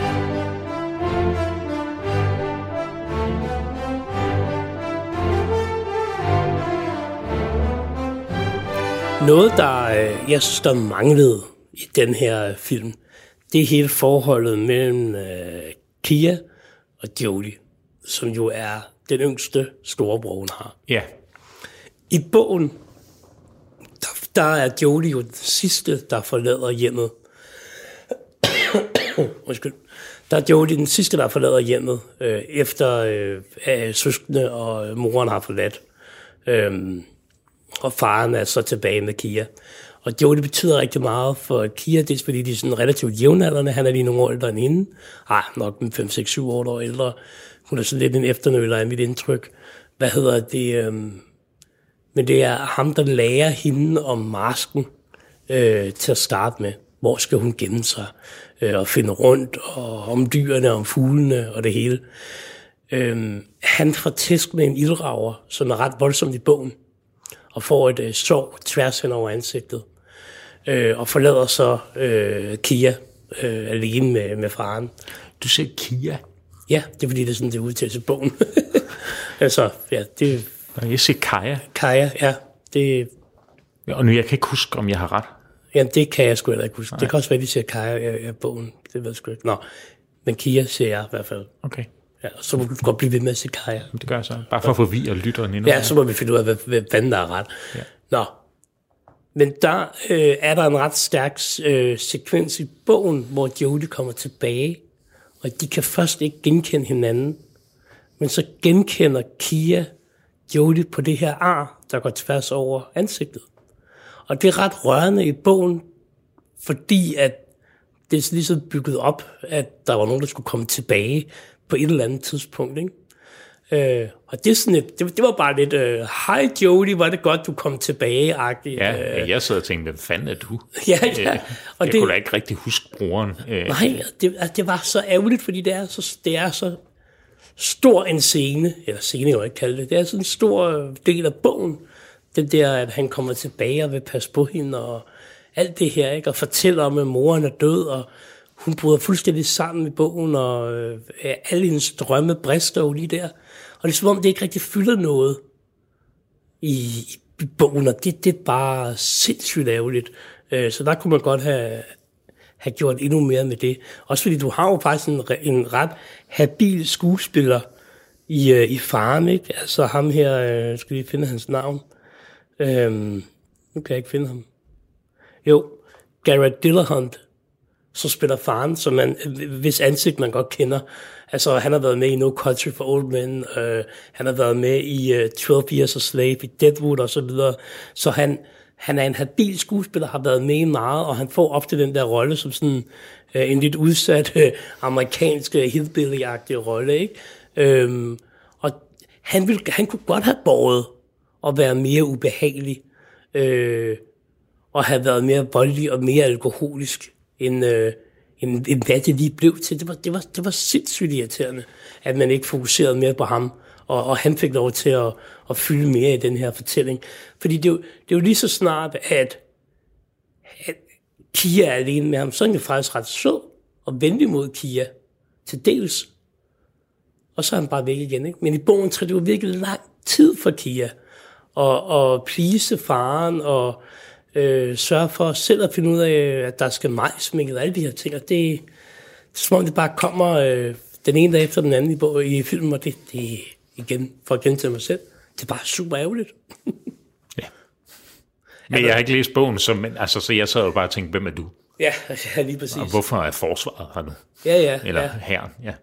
Noget, der jeg synes, der manglede i den her film, det er hele forholdet mellem Kia og Jodie, som jo er den yngste storebror, hun har. Ja. I bogen, der er Jodie jo den sidste, der forlader hjemmet. Undskyld. Der er Jodie den sidste, der forlader hjemmet, efter søskende og moren har forladt. Og faren er så tilbage med Kia. Og Jodie betyder rigtig meget for Kia, det er fordi, de er sådan relativt jævnaldrende. Han er lige nogle år ældre end hende. Nok 5, 6, 7 år ældre. Hun er sådan lidt en efternøler af mit indtryk. Men det er ham, der lærer hende om masken til at starte med. Hvor skal hun gemme sig? Og finde rundt, og om dyrene, om fuglene og det hele. Han får tæsk med en ildrager, som er ret voldsomt i bogen, og får et sår tværs hen over ansigtet. Og forlader så Kia alene med faren. Du siger Kia? Ja, det er fordi, det er sådan, det udtales i bogen. Altså, ja, det... Jeg siger Kaja. Kaja, ja. Det... Ja, og nu, jeg kan ikke huske, om jeg har ret. Jamen, det kan jeg sgu heller ikke huske. Nej. Det kan også være, at de siger Kaja i bogen. Det ved jeg sgu ikke. Nå, men Kia siger jeg i hvert fald. Okay. Ja, så må du godt blive ved med at sige Kaja. Det gør jeg så. Bare for at forvirre lytteren endnu. Ja, så må vi finde ud af, hvad fanden der er ret. Ja. Nå, men der er der en ret stærk sekvens i bogen, hvor Jodie kommer tilbage, og de kan først ikke genkende hinanden, men så genkender Kia Jodie på det her ar, der går tværs over ansigtet. Og det er ret rørende i bogen, fordi at det er ligesom bygget op, at der var nogen, der skulle komme tilbage på et eller andet tidspunkt, ikke? Og det er sådan det var bare lidt, hej Jodie, var det godt, du kom tilbage-agtigt. Ja, jeg sad og tænkte, hvem fanden er du? Ja. Og jeg kunne da ikke rigtig huske broren. Nej, det var så ærgerligt, fordi det er så stor en scene, eller scene, jeg vil ikke kalde det, det er sådan en stor del af bogen, det der, at han kommer tilbage og vil passe på hende, og alt det her, ikke? Og fortæller om, at moren er død, og hun bryder fuldstændig sammen i bogen, og alle hendes drømme brister jo lige der. Og det er som om, det ikke rigtig fylder noget i bogen, og det er bare sindssygt ærgerligt. Så der kunne man godt have gjort endnu mere med det. Også fordi du har jo faktisk en ret habil skuespiller i faren, ikke? Altså ham her, skal vi finde hans navn? Nu kan jeg ikke finde ham. Jo, Garrett Dillahunt, så spiller faren, som hvis ansigt man godt kender. Altså, han har været med i No Country for Old Men, han har været med i 12 Years a Slave, i Deadwood og så videre. Så han er en habil skuespiller, har været med i meget, og han får ofte den der rolle som sådan en lidt udsat amerikansk hillbilly-agtig rolle, ikke? Og han kunne godt have båret at være mere ubehagelig, og have været mere voldelig og mere alkoholisk, end hvad det lige blev til. Det var sindssygt irriterende, at man ikke fokuserede mere på ham, og han fik lov til at fylde mere i den her fortælling. Fordi det er jo lige så snart, at Kia er alene med ham, så er han jo faktisk ret sød og venlig mod Kia, til dels. Og så er han bare væk igen, ikke? Men i bogen tror det jo virkelig lang tid for Kia, og please faren, og sørge for selv at finde ud af, at der skal majsmækket og alle de her ting, og det er som om det bare kommer den ene dag efter den anden i filmen, og det igen, for at gentage mig selv, det er bare super ærgerligt. Ja. Men jeg har ikke læst bogen, så jeg sad jo bare og tænkte, hvem er du? Ja, lige præcis. Og hvorfor er forsvaret her nu? Ja. Eller hæren, ja.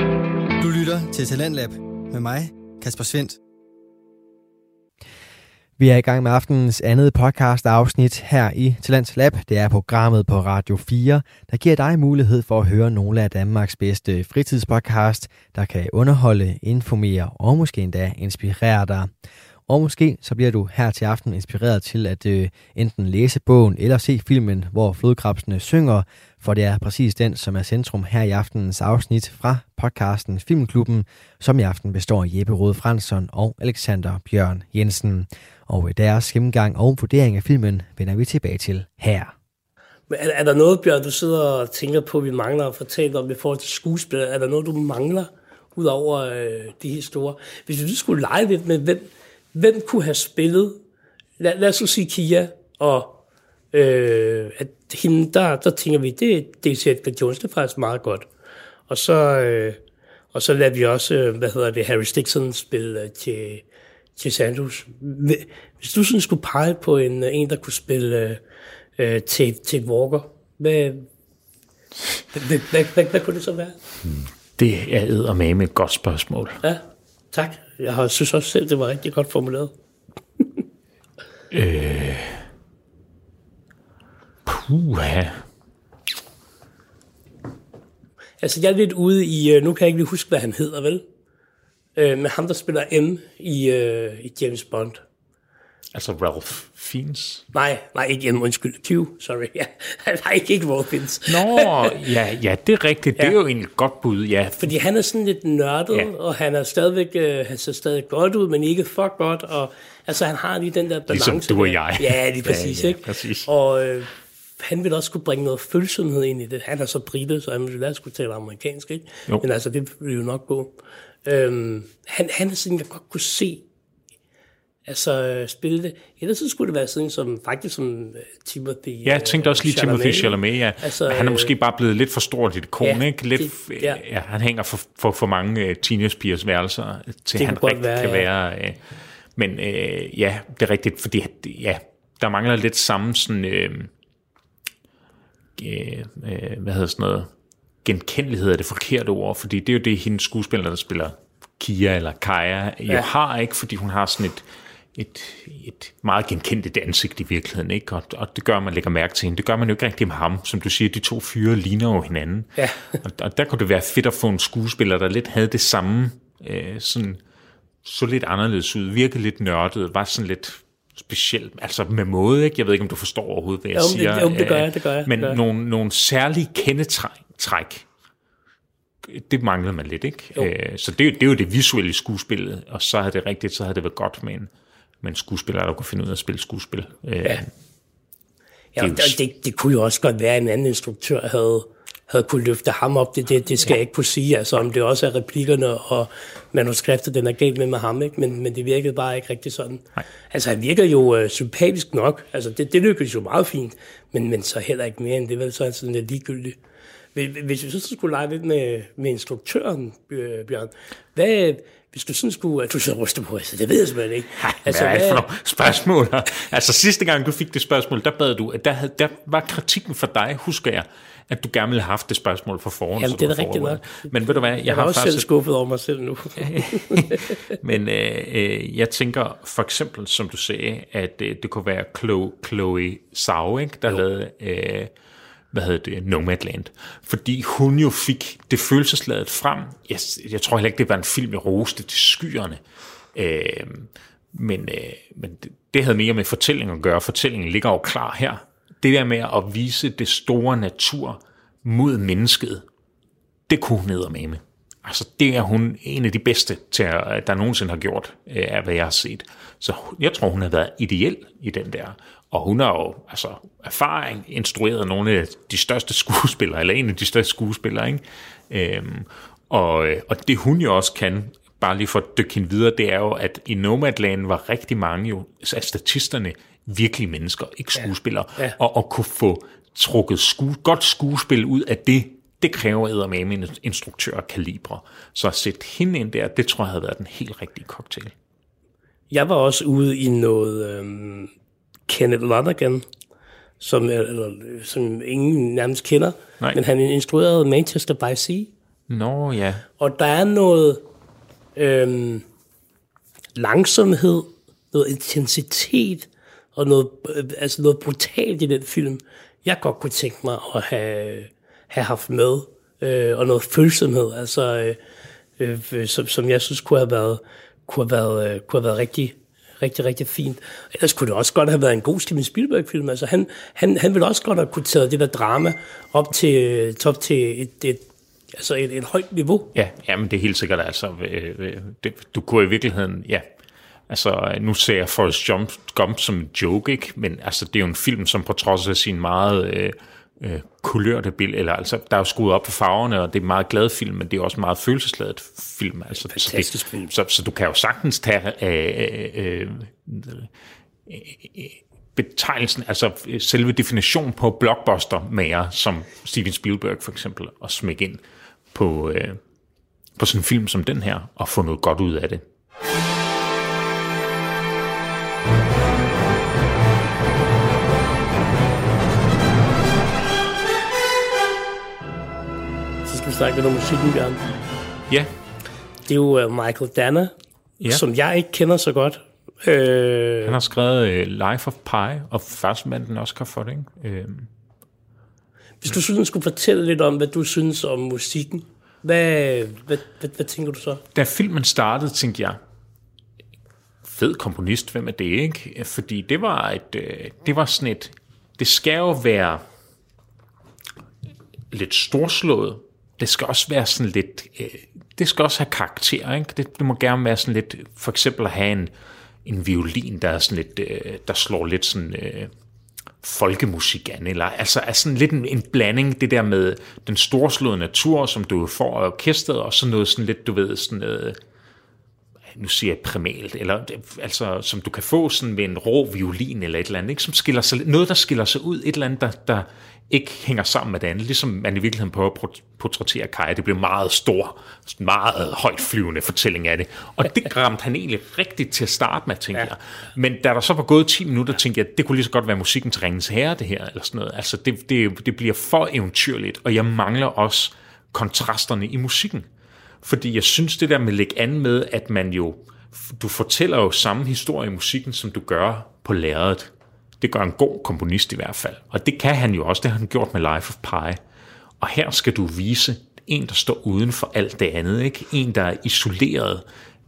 Du lytter til Talentlab med mig, Kasper Svendt. Vi er i gang med aftenens andet podcast-afsnit her i Talents Lab. Det er programmet på Radio 4, der giver dig mulighed for at høre nogle af Danmarks bedste fritidspodcast, der kan underholde, informere og måske endda inspirere dig. Og måske så bliver du her til aften inspireret til at enten læse bogen eller se filmen, hvor flodkrebsene synger, for det er præcis den, som er centrum her i aftenens afsnit fra podcasten Filmklubben, som i aften består af Jeppe Rode Fransson og Alexander Bjørn Jensen. Og deres gennemgang og vurdering af filmen vender vi tilbage til her. Er der noget, Bjørn, du sidder og tænker på, vi mangler at fortælle om i forhold til skuespil? Er der noget, du mangler ud over de her store? Hvis du skulle lege lidt med, hvem kunne have spillet? Lad os sige Kia, og at hende, der tænker vi, det er Edgar Jones, det er faktisk meget godt. Og så lader vi også, Harry Stickson spille til Sandus. Hvis du sådan skulle pege på en der kunne spille til Walker, hvad kunne det så være? Det er eddermame et godt spørgsmål. Ja, tak. Jeg synes også selv, det var rigtig godt formuleret. Puha. Altså, jeg er lidt ude i, nu kan jeg ikke lige huske, hvad han hedder, vel? Men ham, der spiller M i James Bond. Altså Ralph Fiennes? Nej, ikke M, undskyld. Q, sorry. Ja. Nej, ikke Ralph Fiennes. Nå, ja, det er rigtigt. Det er jo egentlig et godt bud, ja. Fordi han er sådan lidt nørdet, og han er stadigvæk, han ser stadig godt ud, men ikke for godt, og altså, han har lige den der balance. Ligesom du og jeg. Ja, lige præcis, ja, ikke? Præcis. Og han vil også kunne bringe noget følsomhed ind i det. Han er så brite, så han vil lade skulle tale amerikansk, ikke? Jo. Men altså, det vil jo nok gå. Han er sådan, jeg godt kunne se, altså spille det. Ellers så skulle det være sådan som Timothy. Ja, jeg tænkte også lige Timothy Chalamet, ja. Altså, han er måske bare blevet lidt for stort i det ikon, ikke? Lidt, han hænger for mange teenagepigers værelser, til det han rigtig kan være. Men ja, det er rigtigt, fordi der mangler lidt samme sådan, genkendelighed er det forkerte ord, fordi det er jo det, hendes skuespiller, der spiller Kia eller Kaja, jo har, ikke? Fordi hun har sådan et meget genkendeligt ansigt i virkeligheden, ikke? Og det gør, man lægger mærke til hende. Det gør man jo ikke rigtig med ham. Som du siger, de to fyre ligner jo hinanden. Ja. og der kunne det være fedt at få en skuespiller, der lidt havde det samme, sådan, så lidt anderledes ud, virkede lidt nørdet, var sådan lidt specielt, altså med måde, ikke? Jeg ved ikke, om du forstår overhovedet, hvad jeg siger. Det gør jeg. Men nogle særlige kendetræk, det mangler man lidt, ikke? Så det er jo det visuelle skuespil, og så havde det rigtigt, så havde det været godt med en skuespiller, der kunne finde ud af at spille skuespil. Det kunne jo også godt være, at en anden instruktør havde kunne løfte ham op. Det skal jeg ikke kunne sige, altså om det også er replikkerne og manuskriptet, den er galt med ham, ikke? Men det virkede bare ikke rigtig sådan. Nej. Altså han virker jo sympatisk nok, altså det lykkedes jo meget fint, men så heller ikke mere end det, vel så er sådan lidt ligegyldigt. Hvis vi så skulle lege lidt med instruktøren, Bjørn, hvis du sådan skulle... Du så ryster på, altså det ved jeg simpelthen ikke. Altså, hvad er det for nogle spørgsmål? Altså sidste gang du fik det spørgsmål, der bad du, at der var kritikken for dig, husker jeg, at du gerne ville have haft det spørgsmål for forhånd. Jamen det er rigtigt nok. Men ved du hvad, jeg har også selv skuffet over mig selv nu. Men jeg tænker for eksempel, som du sagde, at det kunne være Chloe Zhao, ikke, der lavede... Nomadland. Fordi hun jo fik det følelsesladet frem. Jeg tror heller ikke, det var en film, jeg roste til skyerne. Men det havde mere med fortælling at gøre. Fortællingen ligger jo klar her. Det der med at vise det store natur mod mennesket, det kunne hun eddermame. Altså, det er hun en af de bedste, der nogensinde har gjort, af hvad jeg har set. Så jeg tror, hun har været ideel i den der. Og hun har jo erfaring, instrueret nogle af de største skuespillere, eller en af de største skuespillere, ikke? Og det hun jo også kan, bare lige for at dykke hende videre, det er jo, at i Nomadland var rigtig mange jo af statisterne virkelige mennesker, ikke skuespillere. Ja. Og kunne få trukket godt skuespil ud af det kræver eddermame en instruktør kalibre. Så at sætte hende ind der, det tror jeg havde været den helt rigtige cocktail. Jeg var også ude i noget Kenneth Lonergan, som ingen nærmest kender, men han instruerede Manchester by Sea. Nå, ja. Og der er noget langsomhed, noget intensitet og noget brutalt i den film, jeg godt kunne tænke mig at have haft med, og noget følsomhed, altså, som jeg synes kunne have været rigtig, rigtig, rigtig fint. Ellers kunne det også godt have været en god Steven Spielberg-film. Altså, han ville også godt have kunne tage det der drama op til et højt niveau. Ja, men det er helt sikkert, altså, du kunne i virkeligheden, altså, nu ser jeg Forrest Gump som en joke, ikke? Men altså, det er jo en film, som på trods af sin meget kulørte billede, eller altså, der er jo skruet op på farverne, og det er en meget glad film, men det er også en meget følelsesladet film. Altså, fantastisk film. Så du kan jo sagtens tage betegnelsen, altså selve definitionen på blockbuster-mager, som Steven Spielberg for eksempel, og smække ind på sådan en film som den her, og få noget godt ud af det. Så skal vi snakke lidt om musikken, Bjørn. Ja. Det er jo Michael Danner, som jeg ikke kender så godt. Han har skrevet Life of Pi, og først vandt den Oscar for det, ikke? Hvis du synes, skulle fortælle lidt om, hvad du synes om musikken, hvad tænker du så? Da filmen startede, tænkte jeg, fed komponist, hvem er det, ikke? Fordi det var sådan et, det skal jo være lidt storslået. Det skal også være sådan lidt, det skal også have karakter, ikke? Det må gerne være sådan lidt, for eksempel at have en violin, der er sådan lidt, der slår lidt sådan folkemusik an, eller altså er sådan lidt en blanding, det der med den storslåede natur, som du får af orkestret, og så noget sådan lidt, du ved, sådan noget, nu siger jeg primalt, eller altså som du kan få sådan med en rå violin eller et eller andet, ikke? Som skiller sig, noget der skiller sig ud, et eller andet der ikke hænger sammen med det andet, ligesom man i virkeligheden prøver at portrættere Kai. Det blev meget stor, meget højt flyvende fortælling af det, og det ramte han egentlig rigtigt til at starte med, tænker jeg. Men da der så var gået 10 minutter, tænkte jeg, at det kunne lige så godt være musikken til Ringens Herre, det her, eller sådan noget. Altså det bliver for eventyrligt, og jeg mangler også kontrasterne i musikken. Fordi jeg synes det der med at lægge an med, at man jo, du fortæller jo samme historie i musikken, som du gør på lærredet. Det gør en god komponist i hvert fald. Og det kan han jo også, det har han gjort med Life of Pi. Og her skal du vise en, der står uden for alt det andet, ikke? En, der er isoleret.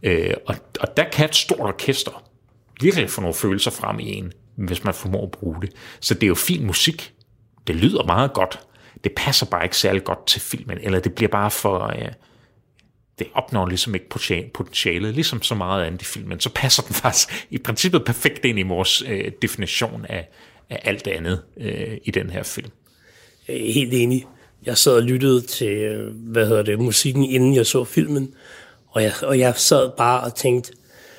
Og der kan et stort orkester virkelig få nogle følelser frem i en, hvis man formår at bruge det. Så det er jo fin musik. Det lyder meget godt. Det passer bare ikke særlig godt til filmen, eller det bliver bare for... det opnår ligesom ikke potentialet, ligesom så meget andet i filmen. Så passer den faktisk i princippet perfekt ind i vores definition af alt det andet i den her film. Helt enig. Jeg sad og lyttede til, musikken, inden jeg så filmen, og jeg sad bare og tænkte,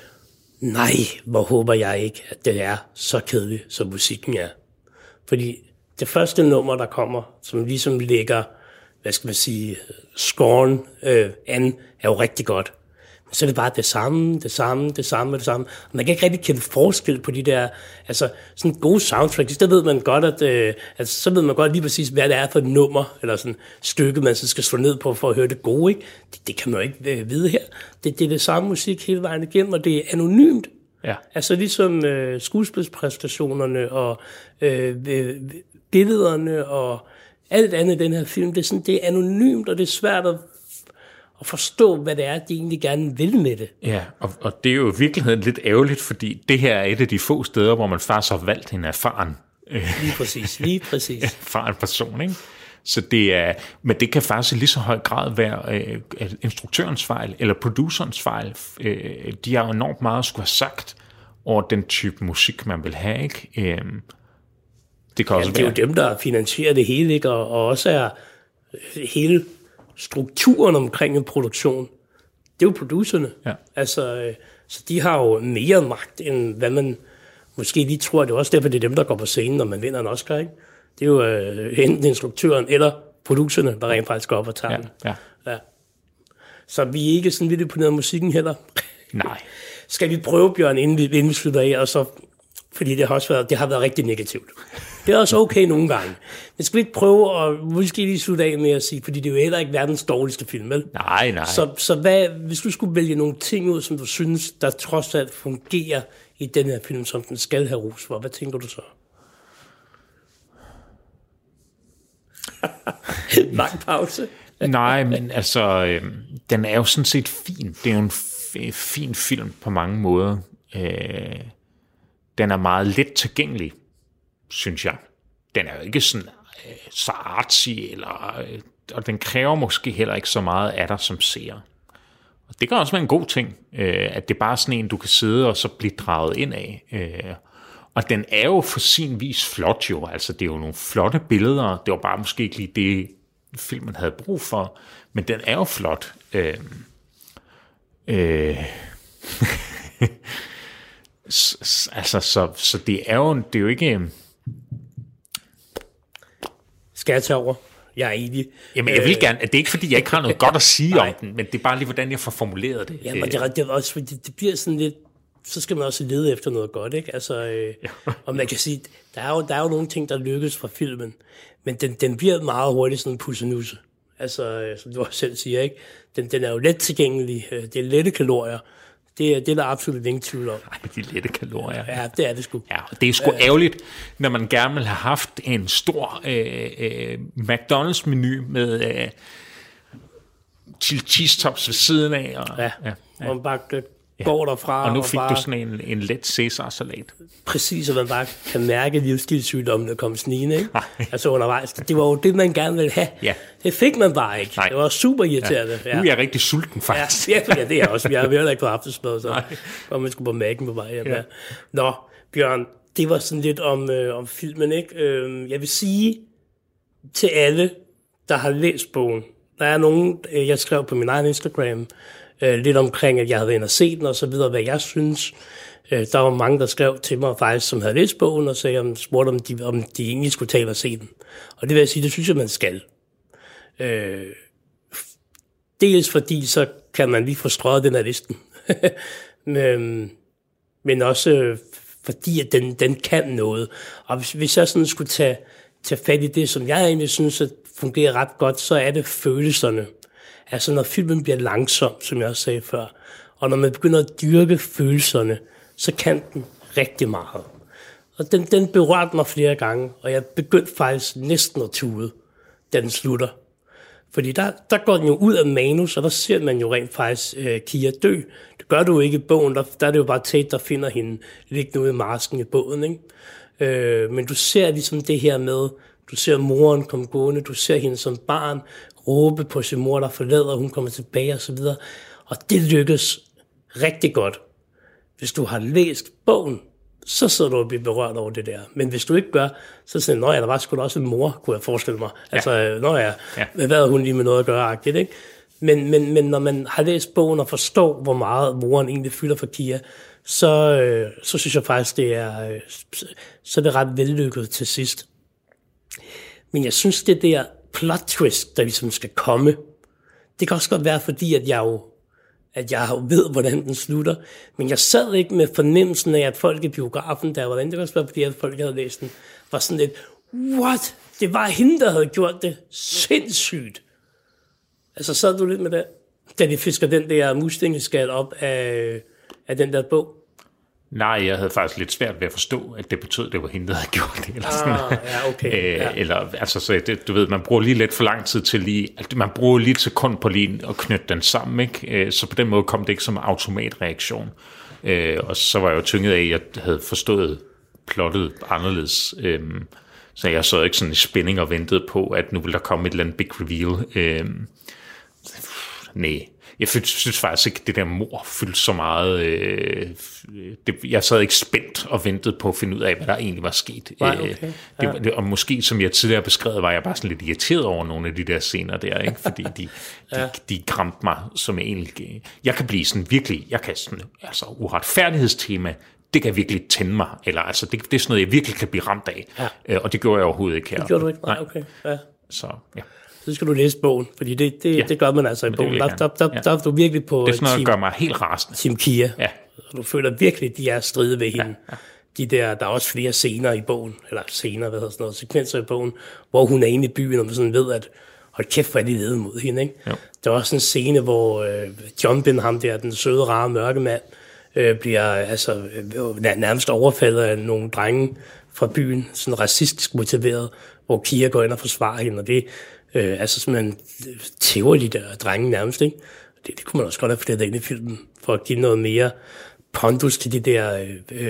nej, hvor håber jeg ikke, at det er så kedeligt, som musikken er. Fordi det første nummer, der kommer, som ligesom ligger, hvad skal man sige, scoren an, er jo rigtig godt. Men så er det bare det samme. Og man kan ikke rigtig kende forskel på de der, altså sådan gode soundtracks. Der ved man godt, så ved man godt lige præcis, hvad det er for et nummer, eller sådan et stykke, man så skal slå ned på for at høre det gode, ikke? Det kan man jo ikke vide her. Det er det samme musik hele vejen igennem, og det er anonymt. Ja. Altså ligesom skuespilspræstationerne og billederne og alt andet i den her film, det er anonymt, og det er svært at forstå, hvad det er, de egentlig gerne vil med det. Ja, og det er jo i virkeligheden lidt ærgerligt, fordi det her er et af de få steder, hvor man faktisk har valgt en erfaren. Lige præcis. Erfaren person, ikke? Så det er, men det kan faktisk i lige så høj grad være instruktørens fejl, eller producerens fejl. De har enormt meget at skulle have sagt over den type musik, man vil have, ikke? Det kan også det er jo dem, der finansierer det hele, ikke? Og også er hele strukturen omkring en produktion. Det er jo producerne. Ja. Altså, så de har jo mere magt, end hvad man måske lige tror. Det er også derfor, det er dem, der går på scenen, når man vinder en Oscar, ikke? Det er jo enten instruktøren eller producerne, der rent faktisk går op og tager den. Ja. Så vi er ikke sådan lidt imponeret af musikken heller. Nej. Skal vi prøve, Bjørn, inden vi slutter af, og så Fordi det har været rigtig negativt. Det er også okay nogle gange. Men skal vi ikke prøve at måske lige slutte af med at sige, fordi det er jo heller ikke verdens dårligste film, vel? Nej. Så hvad, hvis du skulle vælge nogle ting ud, som du synes, der trods alt fungerer i den her film, som den skal have ros for, hvad tænker du så? Lang pause. Nej, men altså, den er jo sådan set fin. Det er jo en fin film på mange måder. Den er meget let tilgængelig, synes jeg. Den er jo ikke sådan så artsy, og den kræver måske heller ikke så meget af dig som seer. Og det kan også være en god ting, at det bare er sådan en, du kan sidde og så blive draget ind af. Og den er jo for sin vis flot jo, altså det er jo nogle flotte billeder, det var bare måske ikke lige det, filmen havde brug for, men den er jo flot. Altså, så det er jo ikke... Skal jeg tage over? Jeg er enig. Jamen, jeg vil gerne... Det er ikke, fordi jeg ikke har noget godt at sige om den, men det er bare lige, hvordan jeg får formuleret det. Jamen, det er også, fordi det bliver sådan lidt... Så skal man også lede efter noget godt, ikke? Altså, og man kan sige, der er jo nogle ting, der lykkes fra filmen, men den bliver meget hurtigt sådan en pussenusse. Altså, som du også selv siger, ikke? Den er jo let tilgængelig. Det er lette kalorier. Det er der absolut ingen tvivl om. Nej, de lette kalorier. Ja, det er det sgu. Ja, og det er sgu ærgerligt, når man gerne vil have haft en stor McDonald's-menu med cheese tops ved siden af. Og, ja. Og man bare går derfra. Og nu fik du sådan en let Caesar-salat. Præcis, og man bare kan mærke livsstilssygdommen, der kom snigende, ikke? Altså undervejs. Det var jo det, man gerne ville have. Ja. Det fik man bare ikke. Nej. Det var super irriterende. Ja. Nu er jeg rigtig sulten, faktisk. Ja, det er også. Vi har heller ikke på aftensmad, så og man skulle på mærken på vej hjem. Ja. Nå, Bjørn, det var sådan lidt om filmen, ikke? Jeg vil sige til alle, der har læst bogen. Der er nogen, jeg skrev på min egen Instagram, lidt omkring, at jeg havde været inde og set den, og så videre, hvad jeg synes. Der var mange, der skrev til mig faktisk, som havde læst bogen, og spurgte, om de egentlig skulle tale og se den. Og det vil jeg sige, det synes jeg, man skal. Dels fordi, så kan man lige få strøget den af listen. men også fordi, at den kan noget. Og hvis jeg sådan skulle tage fat i det, som jeg egentlig synes, at fungerer ret godt, så er det følelserne. Altså når filmen bliver langsom, som jeg også sagde før, og når man begynder at dyrke følelserne, så kan den rigtig meget. Og den berørte mig flere gange, og jeg begyndte faktisk næsten at tude, da den slutter. Fordi der går den jo ud af manus, og der ser man jo rent faktisk Kia dø. Det gør du jo ikke i bogen, der er det jo bare Tate, der finder hende liggende ude i marsken i båden, ikke? Men du ser ligesom det her med, du ser moren komme gående, du ser hende som barn råbe på sin mor, der forlader, hun kommer tilbage og så videre. Og det lykkes rigtig godt. Hvis du har læst bogen, så sidder du og bliver berørt over det der. Men hvis du ikke gør, så siger jeg, der var sgu da også en mor, kunne jeg forestille mig. Ja. Altså, hvad havde hun lige med noget at gøre, agtigt, ikke? Men når man har læst bogen og forstår, hvor meget moren egentlig fylder for Kia, så synes jeg faktisk, så er det ret vellykket til sidst. Men jeg synes, det der plot twist, der ligesom skal komme, det kan også godt være, fordi at jeg ved, hvordan den slutter, men jeg sad ikke med fornemmelsen af, at folk i biografen, der var den, det kan også være, fordi at folk havde læst den, var sådan lidt, what? Det var hende, der havde gjort det. Sindssygt. Altså, sad du lidt med det, da de fisker den der muslingeskat op af den der bog? Nej, jeg havde faktisk lidt svært ved at forstå, at det betød, at det var hende, der havde gjort det. Eller sådan. Ja, okay. Ja. Eller, altså, så det, du ved, man bruger lige lidt for lang tid til lige, altså, man bruger lige et sekund på lige at knytte den sammen, ikke? Så på den måde kom det ikke som automatreaktion. Og så var jeg jo tynget af, at jeg havde forstået plottet anderledes. Så jeg så ikke sådan i spænding og ventede på, at nu ville der komme et eller andet big reveal. Nej. Jeg synes faktisk ikke, det der mor fyldte så meget. Jeg sad ikke spændt og ventede på at finde ud af, hvad der egentlig var sket. Nej, okay. Og måske, som jeg tidligere beskrevet, var jeg bare sådan lidt irriteret over nogle af de der scener der, ikke? Fordi de kramte mig, som jeg egentlig... Jeg kan blive sådan virkelig... Jeg kan sådan... Altså, uretfærdighedstema, det kan virkelig tænde mig. Eller altså, det er sådan noget, jeg virkelig kan blive ramt af. Ja. Og det gjorde jeg overhovedet ikke her. Det gjorde du ikke? Nej, okay. Ja. Så, ja. Så skal du læse bogen, fordi det gør man altså i bogen. Der er du virkelig på det er sådan noget, der gør mig helt rasende. Team Kia. Ja. Og du føler virkelig, de er stride ved hende. der er også flere scener i bogen, eller sekvenser i bogen, hvor hun er inde i byen, og man sådan ved, at hold kæft, hvor er de lede mod hende, ikke? Jo. Der er også en scene, hvor Jumpin, ham der, den søde, rare mørkemand, bliver nærmest overfaldet af nogle drenge fra byen, sådan racistisk motiveret, hvor Kia går ind og forsvarer hende, og det simpelthen tæver de der drenge nærmest, ikke? Det kunne man også godt have flettet ind i filmen, for at give noget mere pondus til de der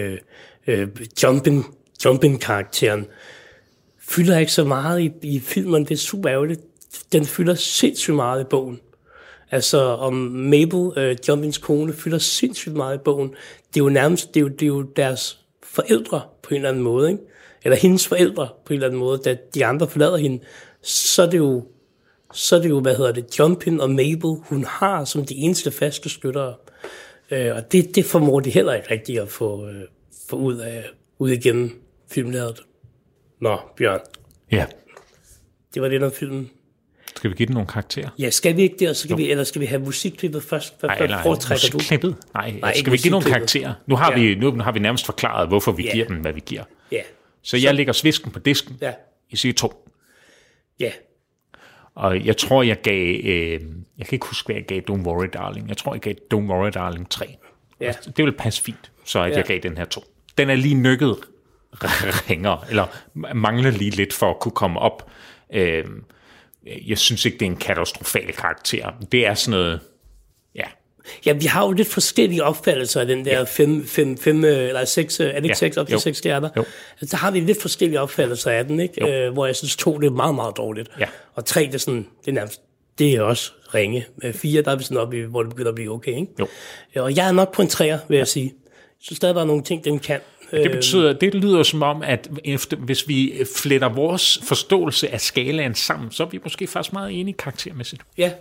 Jumpin-karakteren. Fylder ikke så meget i filmen, det er super ærgerligt. Den fylder sindssygt meget i bogen. Altså om Mabel, Jumpins kone, fylder sindssygt meget i bogen. Det er jo nærmest, det er jo deres forældre på en eller anden måde, ikke? Eller hendes forældre på en eller anden måde, da de andre forlader hende, så er det jo, Jumpin og Mabel, hun har som de eneste faste skyttere. Og det formår de heller ikke rigtigt at få ud igennem filmladet. Nå, Bjørn. Ja. Det var det af filmen. Skal vi give den nogle karakterer? Ja, skal vi ikke det, eller skal vi have musikklippet først? Nej, musikklippet? Nej, skal vi give nogle karakterer? Nu har vi nærmest forklaret, hvorfor vi giver den, hvad vi giver. Ja. Så jeg lægger svisken på disken. Ja. I siger 2. Ja. Og jeg tror, jeg gav... jeg kan ikke huske, hvad jeg gav Don't Worry Darling. Jeg tror, jeg gav Don't Worry Darling 3. Ja. Det vil passe fint, så at jeg gav den her 2. Den er lige nykket ringere, eller mangler lige lidt for at kunne komme op. Jeg synes ikke, det er en katastrofal karakter. Det er sådan noget... Ja, vi har jo lidt forskellige opfattelser af den der 5 eller 6, er det ikke 6 op til 6 stjerner? Altså, der har vi lidt forskellige opfattelser af den, ikke? Hvor jeg synes 2, det er meget, meget dårligt. Ja. Og 3, det er sådan, det er også ringe. 4, der er vi sådan oppe i, hvor det begynder at blive okay, ikke? Jo. Og jeg er nok på en 3'er, vil jeg sige. Så stadig der er nogle ting, den kan. Det betyder, det lyder som om, at hvis vi fletter vores forståelse af skalaen sammen, så er vi måske faktisk meget enige karaktermæssigt. Ja.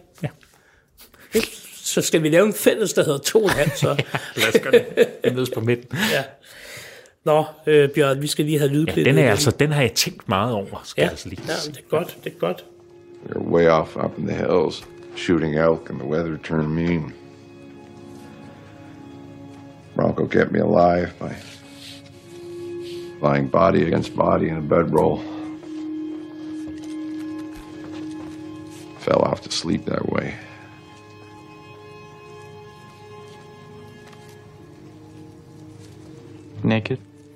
Så skal vi lave en fælles, der hedder 2,5, så. Lad os gøre det. Vi mødes på midten. Ja. Nå, Bjørn, vi skal lige have lydklippet. Ja, den har jeg tænkt meget over, skal jeg lige sige. Det er godt. They're way off up in the hills, shooting elk, and the weather turned mean. Bronco kept me alive by lying body against body in a bedroll. Fell off to sleep that way. Naked.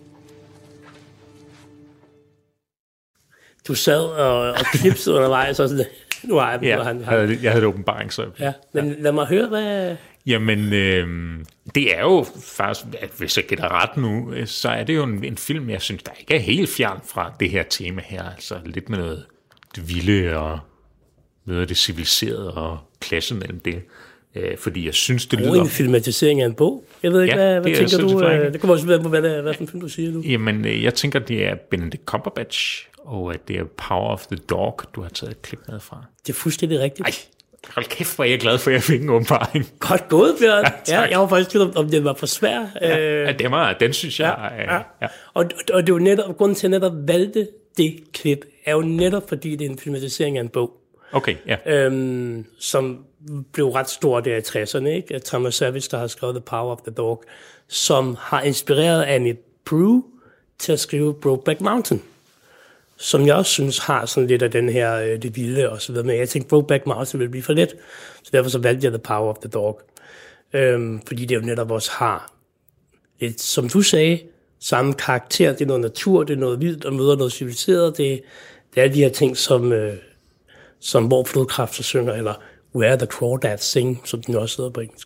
Du sad og knipsede undervejs, og sådan, nu har jeg den. Jeg havde et åbenbaring, så... Ja, men lad mig høre, hvad... Jamen, det er jo faktisk, at hvis jeg gætter ret nu, så er det jo en film, jeg synes, der ikke er helt fjern fra det her tema her. Altså lidt med noget det vilde og noget af det civiliserede og klasse mellem det. Fordi jeg synes, det lyder... en filmatisering af en bog. Jeg ved ikke, hvad tænker du? Det kommer også være på, hvad for en film du siger nu. Jamen, jeg tænker, det er Benedict Cumberbatch, og at det er Power of the Dog, du har taget et klip med fra. Det er fuldstændig rigtigt. Ej, hold kæft, hvor er jeg glad for, at jeg fik en åbenbaring. Godt gået, Bjørn. Ja, jeg var faktisk tvivl om det var for svært. Den synes jeg... Ja. Og det er jo netop, grunden til, at jeg netop valgte det klip, er jo netop, fordi det er en filmatisering af en bog. Okay, ja. Som blev ret stor der i 60'erne, ikke? Thomas Savage, der har skrevet The Power of the Dog, som har inspireret Annie Proulx til at skrive Brokeback Mountain, som jeg også synes har sådan lidt af den her, det vilde og så videre, men jeg tænkte, Brokeback Mountain ville blive for let, så derfor så valgte jeg The Power of the Dog, fordi det jo netop også har lidt, som du sagde, samme karakter, det er noget natur, det er noget vildt, og møder noget civiliseret, det er de her ting, som Hvor flodkræfter synger, eller Where the Crawdads Sing, som den også hedder på engelsk.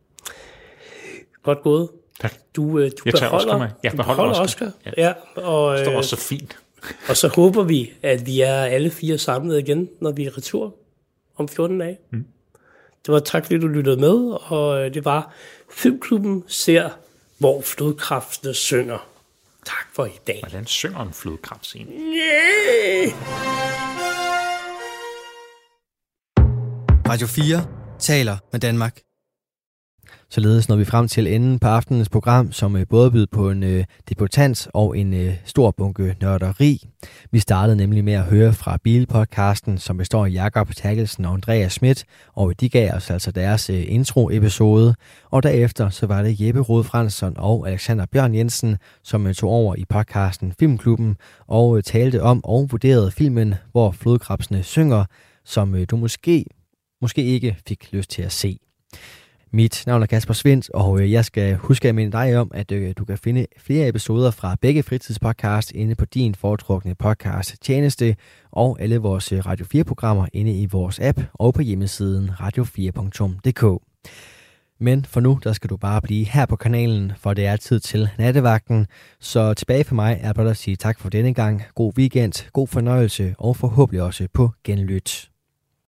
Godt gået. Tak. Du beholder Oscar. Ja, og, det står også så fint. Og så håber vi, at vi er alle 4 samlet igen, når vi er retur om 14 dage. Det var tak, fordi du lyttede med, og det var Filmklubben ser, Hvor flodkræfter synger. Tak for i dag. Hvordan synger en flodkræft egentlig? Yeah! Radio 4 taler med Danmark. Således når vi frem til enden på aftenens program, som både byder på en debutant og en stor bunke nørderi. Vi startede nemlig med at høre fra Bilpodcasten, som består af Jakob Terkelsen og Andreas Schmidt, og de gav os altså deres intro-episode. Og derefter så var det Jeppe Rode Fransson og Alexander Bjørn Jensen, som tog over i podcasten Filmklubben og talte om og vurderede filmen, hvor flodkrebsene synger, som du måske ikke fik lyst til at se. Mit navn er Kasper Svindt, og jeg skal huske at minde dig om, at du kan finde flere episoder fra begge fritidspodcasts inde på din foretrukne podcast tjeneste, og alle vores Radio 4-programmer inde i vores app og på hjemmesiden radio4.dk. Men for nu, der skal du bare blive her på kanalen, for det er tid til nattevagten. Så tilbage for mig er blot at sige tak for denne gang. God weekend, god fornøjelse og forhåbentlig også på genlyt.